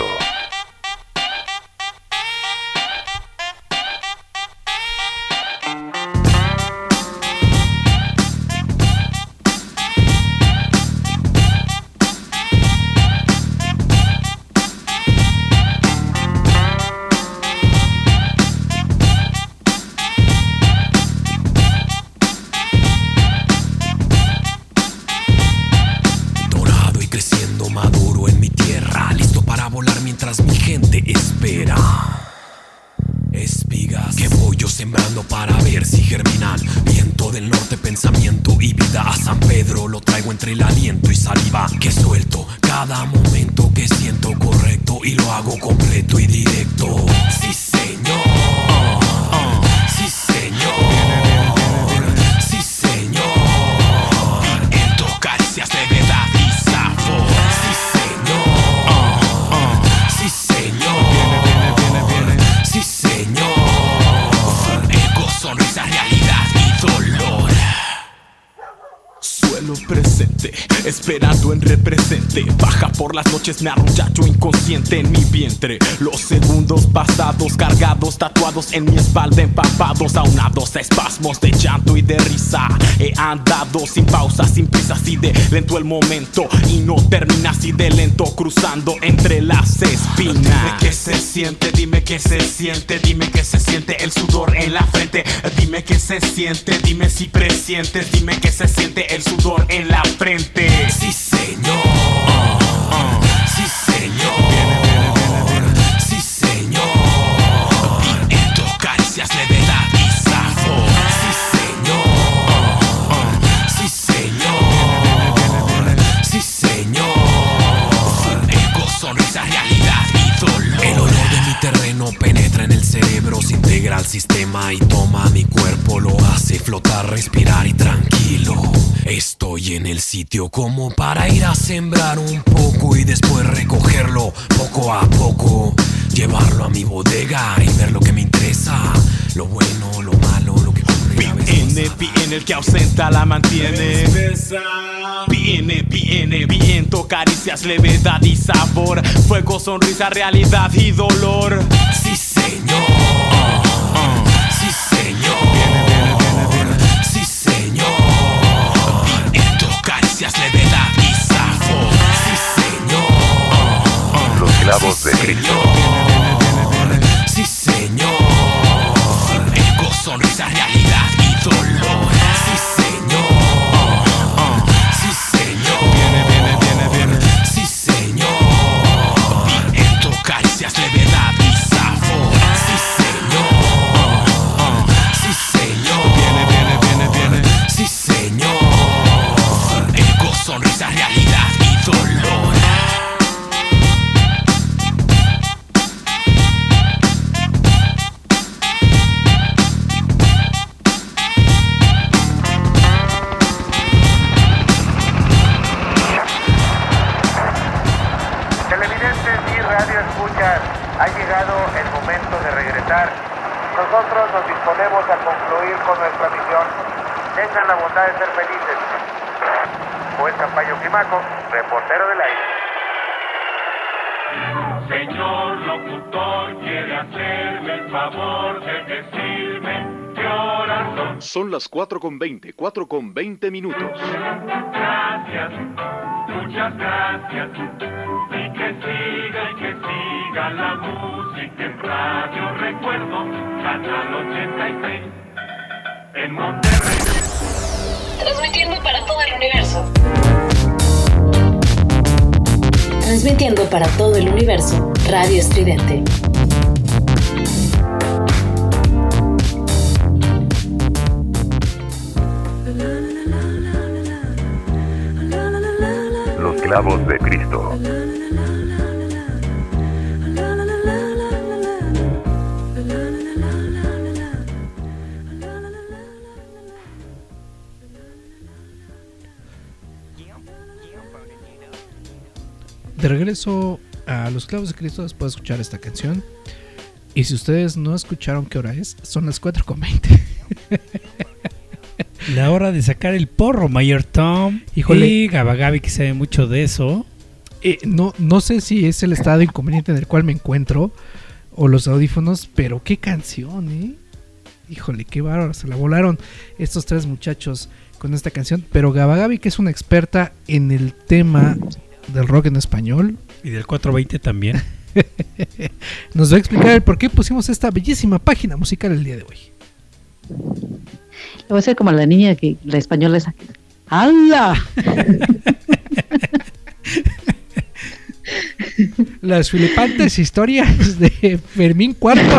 Dorado y creciendo maduro en mi tierra, listo para volar mientras mi gente espera. Espigas que voy yo sembrando para ver si germinan. Viento del norte, pensamiento y vida. A San Pedro lo traigo entre el aliento y saliva que suelto. cada momento que siento correcto y lo hago completo y directo. Sí, señor. Uh, uh, sí, señor. Sí, señor. Viento, caricias, levedad y sabor. Sí, señor. Uh, uh, sí, señor. Sí, señor. Ego, sonrisa, realidad y dolor. Suelo presente, esperando en represente. Baja por las noches, me arrullacho inconsciente en mi vientre. Los segundos pasados, cargados, tatuados en mi espalda, empapados, aunados a espasmos de llanto y de risa. He andado sin pausa, sin prisa, así de lento el momento. Y no termina así de lento, cruzando entre las espinas. Dime qué se siente, dime qué se siente, dime qué se siente el sudor en la frente. Dime qué se siente, dime si presientes, dime qué se siente el sudor en la frente. Sí, señor. Uh, uh, sí, señor. Sí, señor. Viento, caricias, levedad y sabor. Sí, señor. Uh, uh, sí, señor. Sí, señor. Ego, sonrisa, realidad y dolor. El olor de mi terreno penetra en el cerebro, se integra al sistema y toma mi cuerpo, lo hace flotar, respirar y tranquilo. Estoy en el sitio como para ir a sembrar un poco y después recogerlo poco a poco, llevarlo a mi bodega y ver lo que me interesa, lo bueno, lo malo, lo que viene, viene, el que ausenta la mantiene. Viene, viene, viento, caricias, levedad y sabor, fuego, sonrisa, realidad y dolor. Sí, señor. Uh, uh, sí, señor. Sí, señor. Viento, caricias, levedad y sabor. Sí, señor. Uh, uh, Los clavos sí, de Cristo. Sí, señor. Ego, sonrisa, realidad y dolor. Sí, señor. Uh, uh, sí, señor. Sí, señor. Viento, caricias, levedad y sabor. Sí, señor. Uh, uh, sí, señor. Sí, señor. Ego, sonrisa, realidad y dolor. Televidentes y radioescuchas, ha llegado el momento de regresar. Nosotros nos disponemos a concluir con nuestra misión. Tengan la bondad de ser felices. Juez Campayo Climaco, reportero del aire. Señor locutor, quiere hacerme el favor de decirme qué horas son. Son las cuatro con veinte, cuatro con veinte minutos. Gracias, muchas gracias. Y que siga y que siga la música en Radio Recuerdo, Canal ochenta y seis, en Monterrey. Transmitiendo para todo el universo. Transmitiendo para todo el universo, Radio Estridente. Los clavos de Cristo. De regreso a Los Clavos de Cristo después de escuchar esta canción. Y si ustedes no escucharon qué hora es, son las cuatro con veinte. La hora de sacar el porro, Mayor Tom. Híjole. Y Gabagabi, que sabe mucho de eso. Eh, no, no sé si es el estado inconveniente en el cual me encuentro o los audífonos, pero qué canción, ¿eh? Híjole, qué bárbaro, se la volaron estos tres muchachos con esta canción. Pero Gabagabi, que es una experta en el tema del rock en español, Y del cuatro veinte también. nos va a explicar el por qué pusimos esta bellísima página musical el día de hoy. Le voy a hacer como la niña que la española esa. ¡Hala! Las flipantes historias de Fermín Cuarto.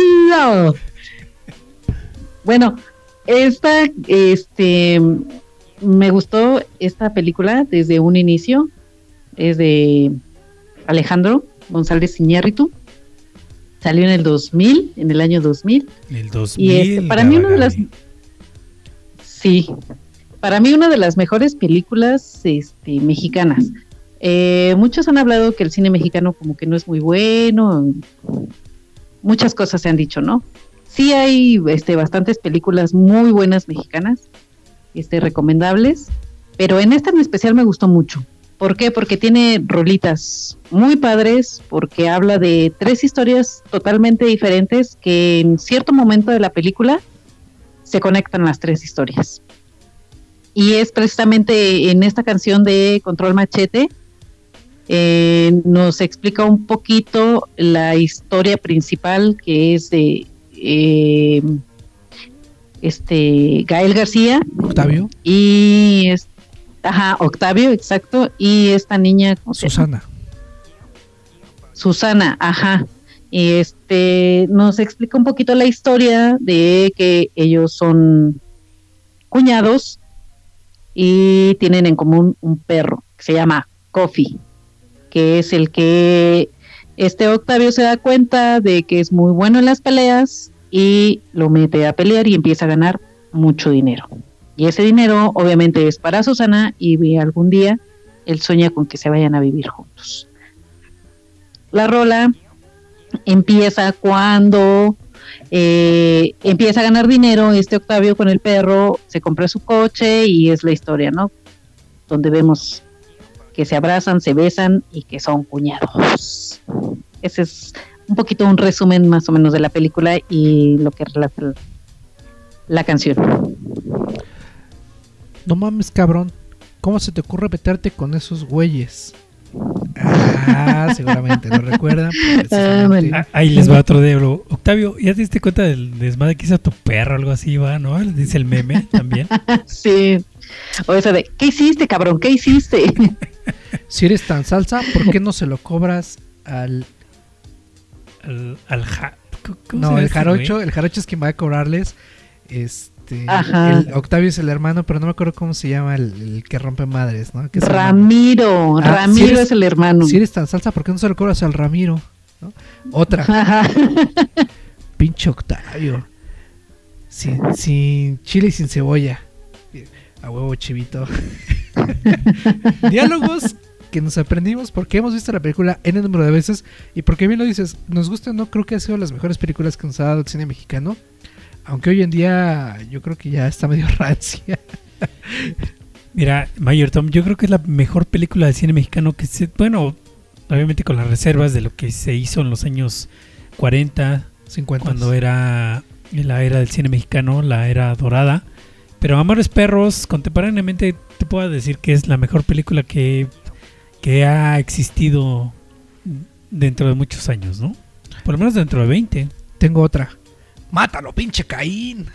¡Hala! Bueno, esta, este, me gustó esta película desde un inicio. Es de Alejandro González Iñárritu. Salió en el dos mil, en el año dos mil. El dos mil. Y este, para mí una de las... Sí, para mí una de las mejores películas este, mexicanas. Eh, muchos han hablado que el cine mexicano como que no es muy bueno. Muchas cosas se han dicho, ¿no? Sí hay este, bastantes películas muy buenas mexicanas, este, recomendables, pero en esta en especial me gustó mucho. ¿Por qué? Porque tiene rolitas muy padres, porque habla de tres historias totalmente diferentes que en cierto momento de la película se conectan las tres historias. Y es precisamente en esta canción de Control Machete, eh, nos explica un poquito la historia principal, que es de eh, este Gael García. Octavio. Y es, ajá, Octavio, exacto. Y esta niña, ¿cómo se llama? Susana. Susana, ajá. Y este nos explica un poquito la historia de que ellos son cuñados y tienen en común un perro que se llama Coffee, que es el que este Octavio se da cuenta de que es muy bueno en las peleas y lo mete a pelear y empieza a ganar mucho dinero. Y ese dinero obviamente es para Susana y algún día él sueña con que se vayan a vivir juntos. La rola empieza cuando eh, empieza a ganar dinero este Octavio con el perro, se compra su coche y es la historia, ¿no? Donde vemos que se abrazan, se besan y que son cuñados. Ese es un poquito un resumen más o menos de la película y lo que relata la, la canción. No mames, cabrón. ¿Cómo se te ocurre meterte con esos güeyes? Ah, seguramente lo recuerdan. Ah, ahí les va otro de bro. Octavio, ¿ya te diste cuenta del desmadre que hizo tu perro? Algo así va, ¿no? Le dice el meme también. Sí. O eso de, ¿qué hiciste, cabrón? ¿Qué hiciste? Si eres tan salsa, ¿por qué no se lo cobras al... Al, al ja... No, el jarocho, güey? El jarocho es quien va a cobrarles. Este, Ajá. El Octavio es el hermano, pero no me acuerdo cómo se llama el, el que rompe madres, ¿no? Que Ramiro, ah, Ramiro si eres, es el hermano. Si eres tan salsa, ¿por qué no se lo cobras al Ramiro? ¿No? Otra. Ajá. Pinche Octavio. Sin, sin chile y sin cebolla. A huevo, chivito. Diálogos que nos aprendimos porque hemos visto la película N número de veces y porque bien lo dices, nos gusta o no, creo que ha sido las mejores películas que nos ha dado el cine mexicano, aunque hoy en día yo creo que ya está medio rancia. Mira, Mayor Tom, yo creo que es la mejor película de cine mexicano que se, bueno, obviamente con las reservas de lo que se hizo en los años cuarenta, cincuenta, cuando era la era del cine mexicano, la era dorada. Pero Amores Perros, contemporáneamente te puedo decir que es la mejor película que, que ha existido dentro de muchos años, ¿no? Por lo menos dentro de veinte. Tengo otra. ¡Mátalo, pinche Caín!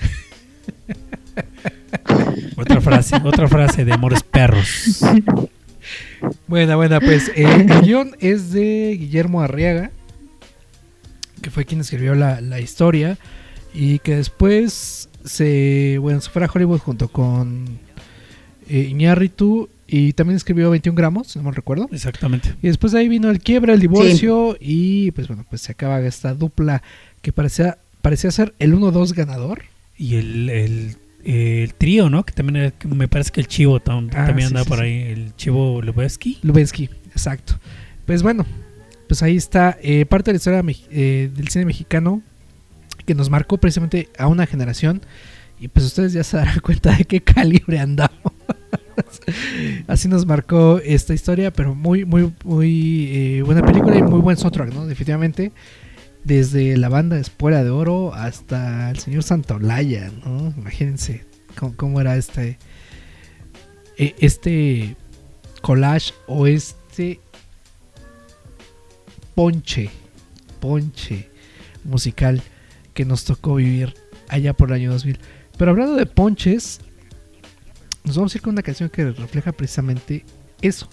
Otra frase, otra frase de Amores Perros. Buena, buena, pues eh, el guión es de Guillermo Arriaga, que fue quien escribió la, la historia y que después se, bueno, se fue a Hollywood junto con eh, Iñárritu y también escribió veintiún gramos, si no me recuerdo. Exactamente. Y después de ahí vino el quiebre, el divorcio, sí. Y pues bueno, pues se acaba esta dupla que parecía, parecía ser el uno dos ganador. Y el, el, el trío, ¿no? Que también era, me parece que el Chivo tam, ah, también sí, andaba sí, por sí. ahí, el Chivo Lubensky. Lubensky, exacto. Pues bueno, pues ahí está eh, parte de la historia eh, del cine mexicano que nos marcó precisamente a una generación y pues ustedes ya se darán cuenta de qué calibre andamos. Así nos marcó esta historia, pero muy muy muy eh, buena película y muy buen soundtrack, ¿no? Definitivamente desde la banda Espuela de Oro hasta el señor Santolaya, ¿no? Imagínense cómo, cómo era este eh, este collage o este ponche ponche musical que nos tocó vivir allá por el año dos mil. Pero hablando de ponches, nos vamos a ir con una canción que refleja precisamente eso.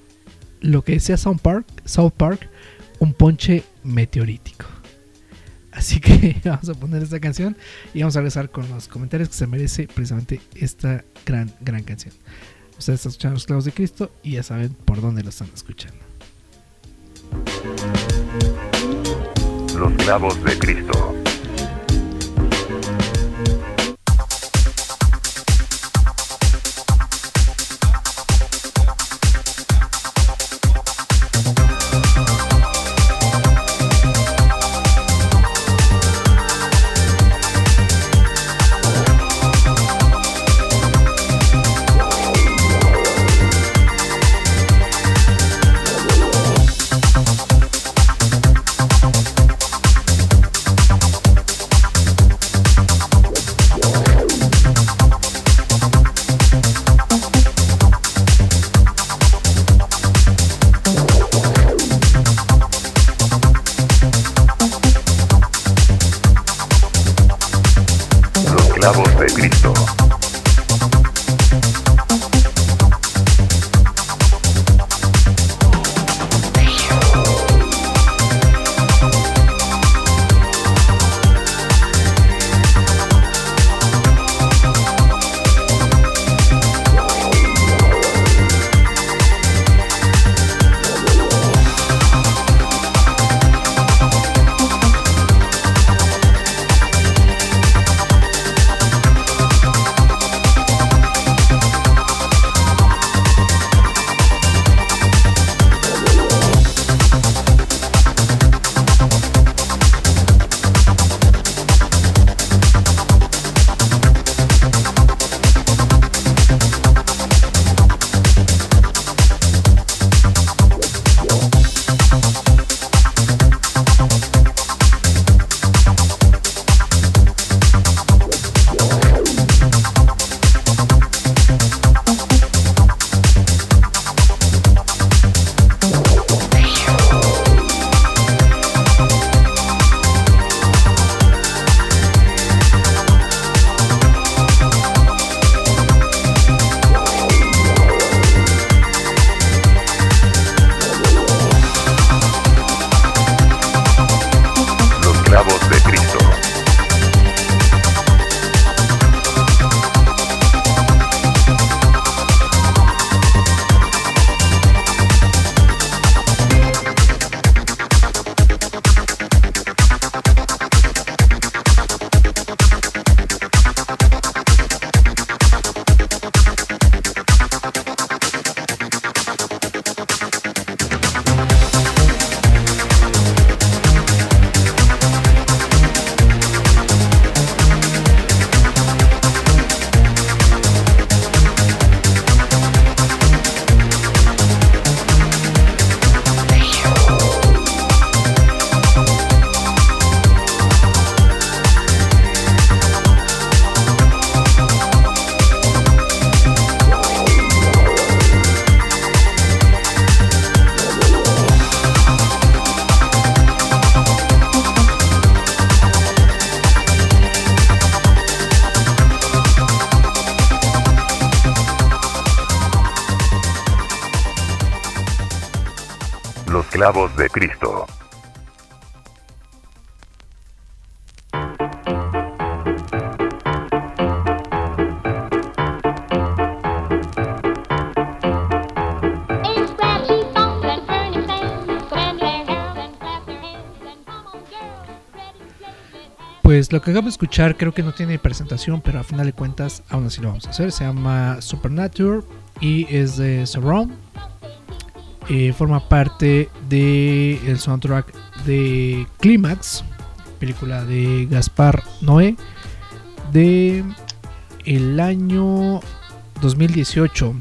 Lo que decía South Park, South Park, un ponche meteorítico. Así que vamos a poner esta canción y vamos a regresar con los comentarios que se merece precisamente esta gran, gran canción. Ustedes están escuchando Los Clavos de Cristo y ya saben por dónde lo están escuchando. Los Clavos de Cristo. Clavos de Cristo. Los Clavos de Cristo. Pues lo que acabo de escuchar creo que no tiene presentación, pero a final de cuentas aún así lo vamos a hacer. Se llama Supernatural y es de Surround. Eh, forma parte del soundtrack de Clímax, película de Gaspar Noé, de el año dos mil dieciocho.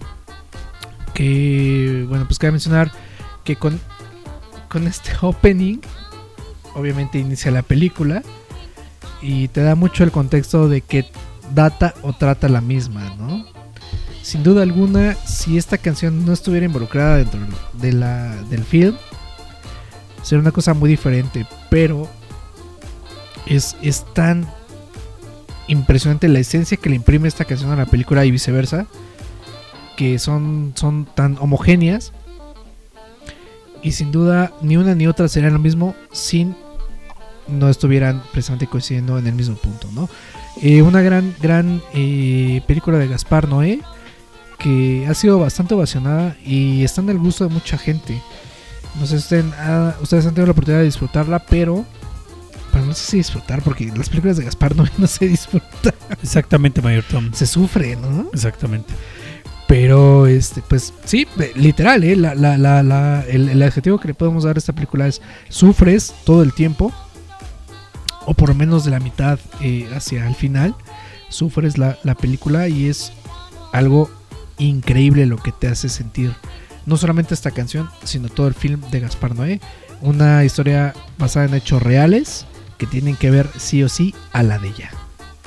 Que bueno, pues cabe mencionar que con, con este opening obviamente inicia la película y te da mucho el contexto de que data o trata la misma, ¿no? Sin duda alguna, si esta canción no estuviera involucrada dentro de la, del film, sería una cosa muy diferente. Pero es, es tan impresionante la esencia que le imprime esta canción a la película y viceversa, que son, son tan homogéneas. Y sin duda, ni una ni otra serían lo mismo sin no estuvieran precisamente coincidiendo en el mismo punto, ¿no? Eh, una gran, gran eh, película de Gaspar Noé que ha sido bastante ovacionada y está en el gusto de mucha gente. No sé si ustedes, ah, ustedes han tenido la oportunidad de disfrutarla, pero, pero no sé si disfrutar, porque las películas de Gaspar Noé no se disfrutan. Exactamente, Mayor Tom. Se sufre, ¿no? Exactamente. Pero, este, pues sí, literal, ¿eh? la, la, la, la, el, el adjetivo que le podemos dar a esta película es sufres todo el tiempo, o por lo menos de la mitad eh, hacia el final, sufres la, la película y es algo increíble lo que te hace sentir. No solamente esta canción, sino todo el film de Gaspar Noé. Una historia basada en hechos reales que tienen que ver sí o sí a la de ella.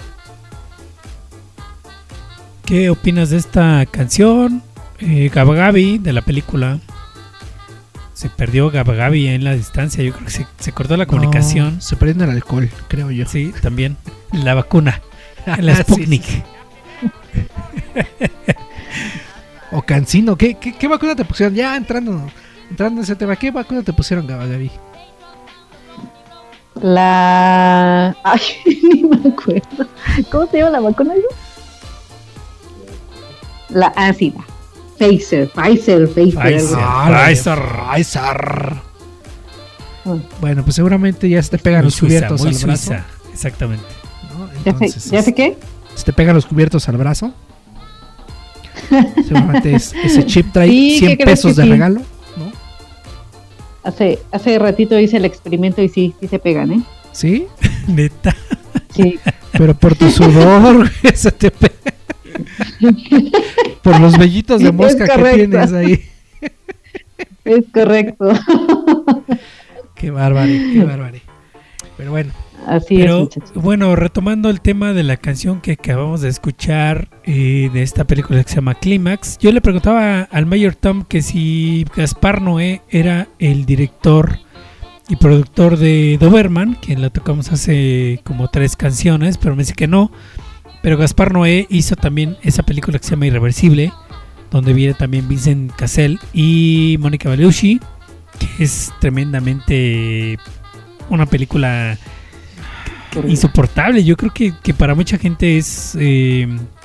¿Qué opinas de esta canción? Eh, Gabagabi de la película. Se perdió Gabagabi en la distancia. Yo creo que se, se cortó la comunicación. No, se perdió en el alcohol, creo yo. Sí, también. La vacuna. La Sputnik. Sí, sí. O Cancino. ¿Qué, qué, ¿Qué vacuna te pusieron? Ya entrando, entrando en ese tema. ¿Qué vacuna te pusieron, Gabagabi? La... Ay, ni me acuerdo. ¿Cómo se llama la vacuna? La ácida. Pfizer, Pfizer, Pfizer. Pfizer. Ah, Pfizer. Pfizer. Oh. Bueno, pues seguramente ya se te pegan Muy los suiza, cubiertos muy al brazo. suiza. Exactamente. ¿No? ¿Ya sé, Entonces, ¿Ya sé qué? se te pegan los cubiertos al brazo. Seguramente es- ese chip trae Sí, ¿qué cien crees pesos que de sí? regalo, ¿no? Hace, hace ratito hice el experimento y sí, sí se pegan, ¿eh? ¿Sí? Neta. Sí. Pero por tu sudor, güey, se te pega. Por los vellitos de Es mosca que correcto. tienes ahí. Es correcto. Qué bárbaro, qué bárbaro. Pero bueno, Así Pero es, muchachos. bueno, retomando el tema de la canción que acabamos de escuchar eh, de esta película que se llama Clímax, yo le preguntaba al Mayor Tom que si Gaspar Noé era el director y productor de Doberman, que la tocamos hace como tres canciones, pero me dice que no. Pero Gaspar Noé hizo también esa película que se llama Irreversible, donde viene también Vincent Cassel y Mónica Bellucci, que es tremendamente una película insoportable. Yo creo que, que para mucha gente es eh,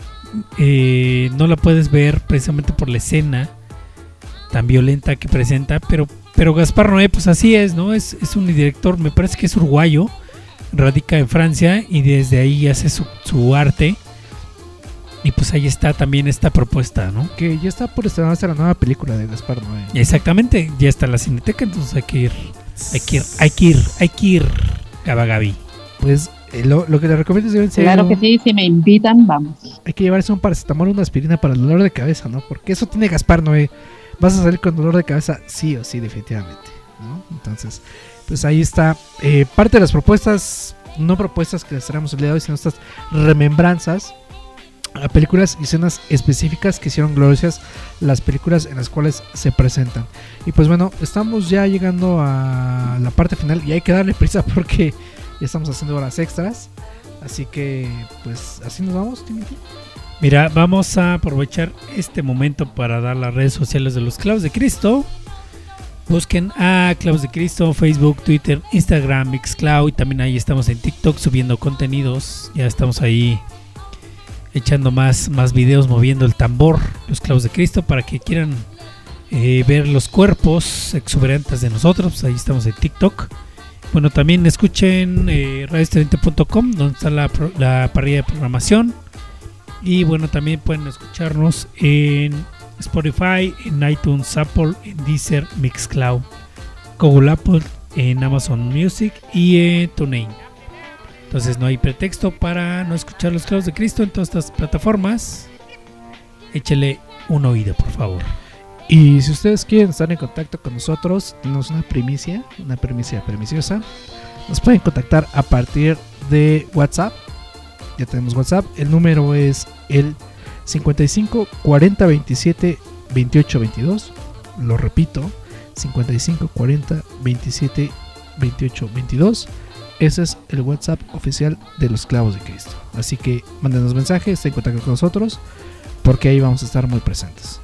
eh, no la puedes ver precisamente por la escena tan violenta que presenta, pero pero Gaspar Noé pues así es, ¿no? Es, es un director, me parece que es uruguayo, radica en Francia y desde ahí hace su, su arte. Y pues ahí está también esta propuesta, ¿no? que ya está por estrenarse la nueva película de Gaspar Noé. Exactamente, ya está en la Cineteca, entonces hay que ir, hay que ir, hay que ir, hay que ir, Gabagabi. Pues eh, lo, lo que le recomiendo es deben ser Claro un- que sí, si me invitan, vamos. hay que llevarse un paracetamol, una aspirina para el dolor de cabeza, ¿no? Porque eso tiene Gaspar Noé. Vas a salir con dolor de cabeza sí o sí, definitivamente, ¿no? Entonces, pues ahí está eh, parte de las propuestas, no propuestas que les traemos el día de hoy, sino estas remembranzas a películas y escenas específicas que hicieron gloriosas las películas en las cuales se presentan. Y pues bueno, estamos ya llegando a la parte final y hay que darle prisa porque ya estamos haciendo horas extras. Así que, pues así nos vamos, Timothy. Mira, vamos a aprovechar este momento para dar las redes sociales de los Clavos de Cristo. Busquen a Clavos de Cristo, Facebook, Twitter, Instagram, Mixcloud, y también ahí estamos en TikTok subiendo contenidos. Ya estamos ahí echando más, más videos, moviendo el tambor, los Clavos de Cristo, para que quieran eh, ver los cuerpos exuberantes de nosotros. Pues ahí estamos en TikTok. Bueno, también escuchen eh, radio estudiante punto com, donde está la, pro- la parrilla de programación. Y bueno, también pueden escucharnos en Spotify, en iTunes, Apple, en Deezer, Mixcloud, Google Apple, en Amazon Music y en TuneIn. Entonces no hay pretexto para no escuchar los Clavos de Cristo en todas estas plataformas. Échele un oído, por favor. Y si ustedes quieren estar en contacto con nosotros, tenemos una primicia, una primicia perniciosa. Nos pueden contactar a partir de WhatsApp. Ya tenemos WhatsApp. El número es el cincuenta y cinco cuarenta veintisiete veintiocho veintidós. Lo repito, cincuenta y cinco cuarenta veintisiete veintiocho veintidós. Ese es el WhatsApp oficial de los Clavos de Cristo. Así que mándenos mensajes, estén en contacto con nosotros, porque ahí vamos a estar muy presentes.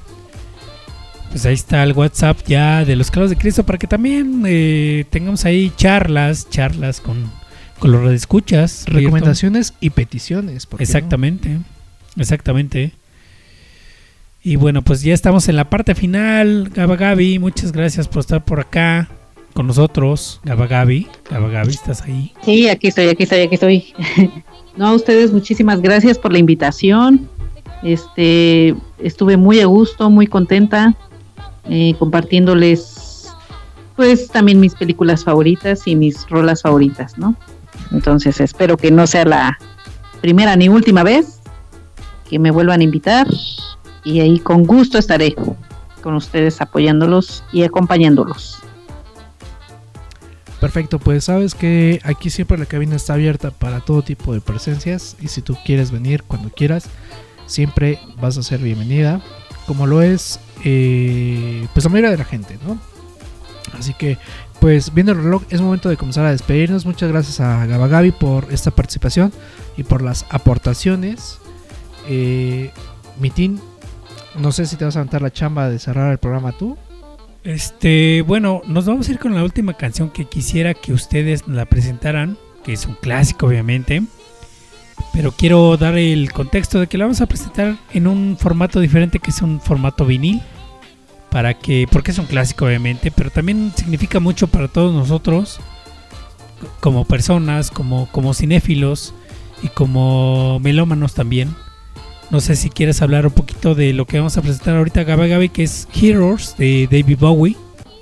Pues ahí está el WhatsApp ya de los Clavos de Cristo, para que también eh, tengamos ahí charlas, charlas con, con los radioescuchas. Recomendaciones y peticiones. ¿por qué no? Exactamente, exactamente. Y bueno, pues ya estamos en la parte final. Gaba Gaby, muchas gracias por estar por acá con nosotros. Gaba Gaby, Gaba Gaby, ¿estás ahí? Sí, aquí estoy, aquí estoy, aquí estoy. No, a ustedes muchísimas gracias por la invitación. Este, estuve muy a gusto, muy contenta, eh, compartiéndoles, pues, también mis películas favoritas y mis rolas favoritas, ¿no? Entonces espero que no sea la primera ni última vez que me vuelvan a invitar, y ahí con gusto estaré con ustedes apoyándolos y acompañándolos. Perfecto, pues sabes que aquí siempre la cabina está abierta para todo tipo de presencias, y si tú quieres venir cuando quieras, siempre vas a ser bienvenida, como lo es eh, pues la mayoría de la gente, ¿no? Así que, pues viendo el reloj, es momento de comenzar a despedirnos. Muchas gracias a Gaba Gaby por esta participación y por las aportaciones. eh, Mitin, no sé si te vas a aventar la chamba de cerrar el programa tú. Este, bueno, nos vamos a ir con la última canción que quisiera que ustedes la presentaran, que es un clásico obviamente, pero quiero dar el contexto de que la vamos a presentar en un formato diferente, que es un formato vinil, para que, porque es un clásico obviamente, pero también significa mucho para todos nosotros como personas, como, como cinéfilos y como melómanos también. No sé si quieres hablar un poquito de lo que vamos a presentar ahorita, Gaba Gaby, que es Heroes de David Bowie.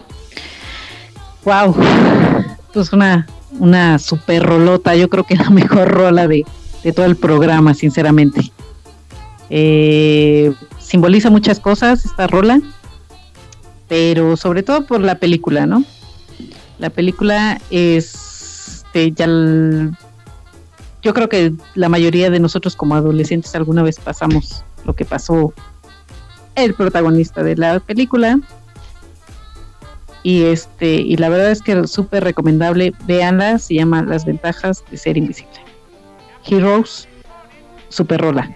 Wow, pues una, una super rolota, yo creo que la mejor rola de, de todo el programa, sinceramente. Eh, simboliza muchas cosas esta rola, pero sobre todo por la película, ¿no? La película es, este, ya el, yo creo que la mayoría de nosotros como adolescentes alguna vez pasamos lo que pasó el protagonista de la película. Y este y la verdad es que es súper recomendable, véanla, se llama Las ventajas de ser invisible. Heroes, super rola.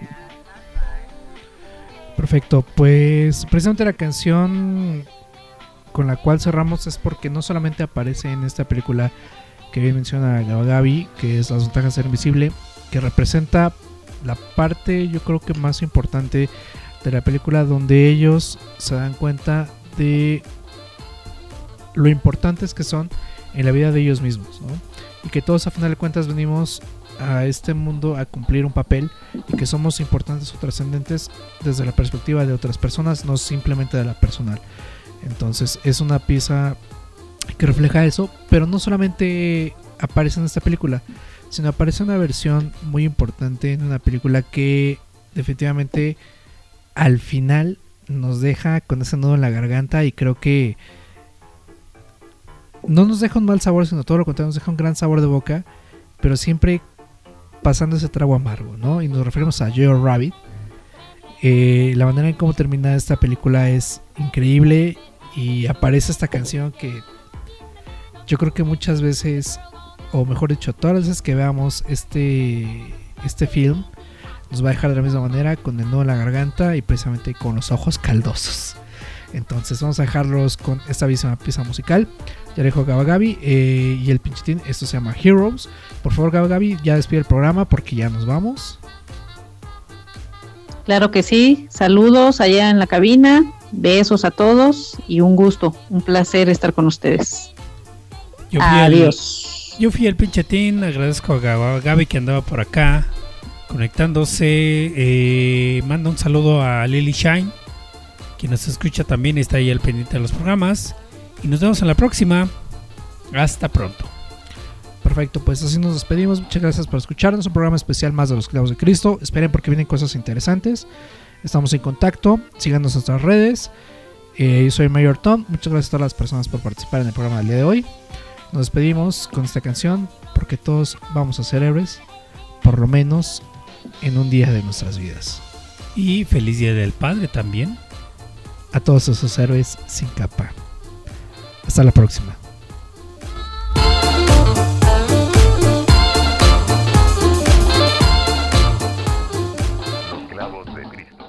Perfecto, pues precisamente la canción con la cual cerramos es porque no solamente aparece en esta película que bien menciona Gaba Gaby, que es Las ventajas de ser invisible, que representa la parte yo creo que más importante de la película, donde ellos se dan cuenta de lo importantes que son en la vida de ellos mismos, ¿no? Y que todos a final de cuentas venimos a este mundo a cumplir un papel, y que somos importantes o trascendentes desde la perspectiva de otras personas, no simplemente de la personal. Entonces es una pieza que refleja eso, pero no solamente aparece en esta película, sino aparece una versión muy importante en una película que definitivamente al final nos deja con ese nudo en la garganta, y creo que no nos deja un mal sabor, sino todo lo contrario, nos deja un gran sabor de boca, pero siempre pasando ese trago amargo, ¿no? Y nos referimos a Jojo Rabbit. Eh, la manera en cómo termina esta película es increíble, y aparece esta canción que yo creo que muchas veces, o mejor dicho, todas las veces que veamos este, este film, nos va a dejar de la misma manera, con el nudo en la garganta y precisamente con los ojos caldosos. Entonces vamos a dejarlos con esta bellísima pieza musical. Ya le dejo a Gaba Gaby eh, y el pinchitín. Esto se llama Heroes. Por favor, Gaba Gaby, ya despide el programa porque ya nos vamos. Claro que sí, saludos allá en la cabina, besos a todos y un gusto, un placer estar con ustedes. Yo fui Adiós. El, yo fui el pinchetín, agradezco a Gaba Gaby que andaba por acá conectándose. Eh, manda un saludo a Lily Shine, quien nos escucha también, está ahí al pendiente de los programas. Y nos vemos en la próxima. Hasta pronto. Perfecto, pues así nos despedimos. Muchas gracias por escucharnos. Un programa especial más de los Clavos de Cristo. Esperen porque vienen cosas interesantes. Estamos en contacto. Síganos en nuestras redes. Eh, yo soy Mayor Tom. Muchas gracias a todas las personas por participar en el programa del día de hoy. Nos despedimos con esta canción, porque todos vamos a ser héroes, por lo menos en un día de nuestras vidas. Y feliz Día del Padre también a todos esos héroes sin capa. Hasta la próxima. Los clavos de Cristo.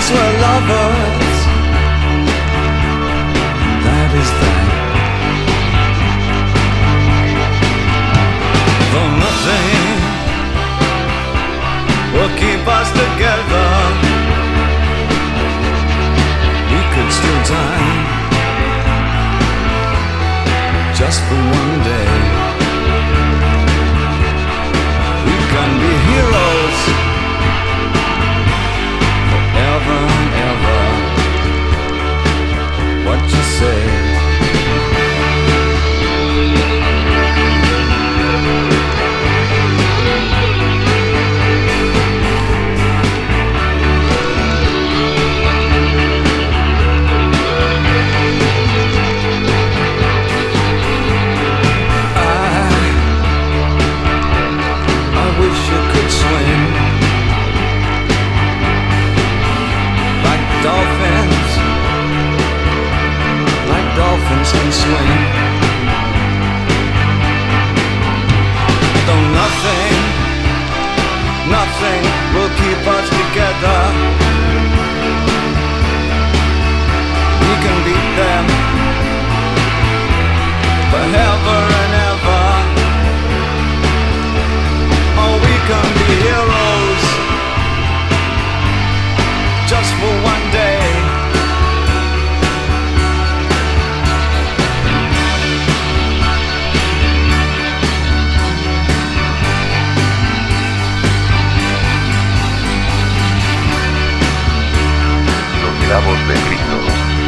once were lovers. That is that. Though nothing will keep us together, we could still die just for one day. We can be heroes forever and ever. What you say? Dolphins, like dolphins can swim. Though nothing, nothing will keep us together, we can beat them forever and ever. Oh, we can be heroes just for one day. Los clavos de Cristo.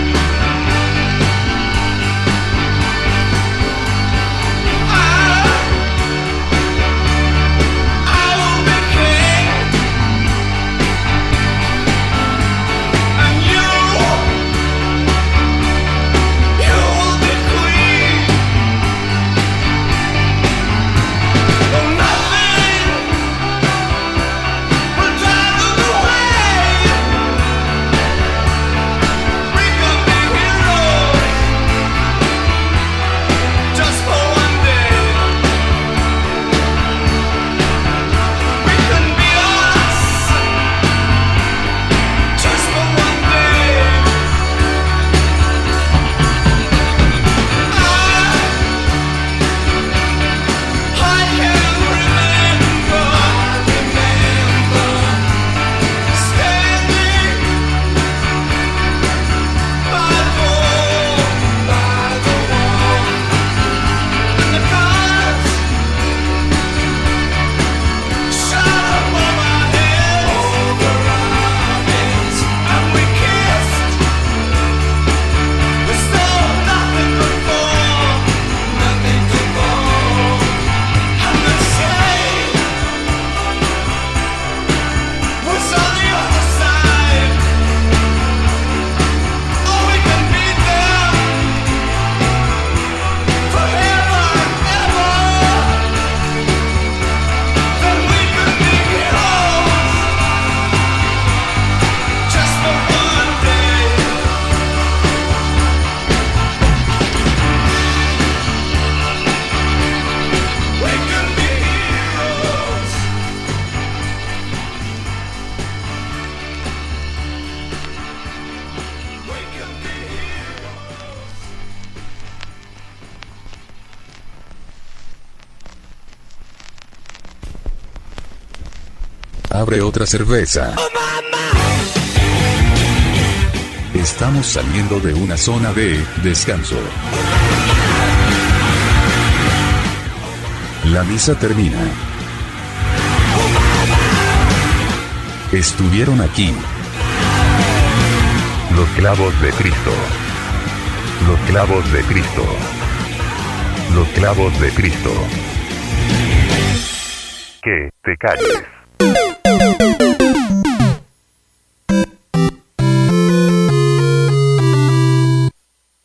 Abre otra cerveza. Estamos saliendo de una zona de descanso. La misa termina. Estuvieron aquí Los clavos de Cristo. Los clavos de Cristo. Los clavos de Cristo. Que te calles.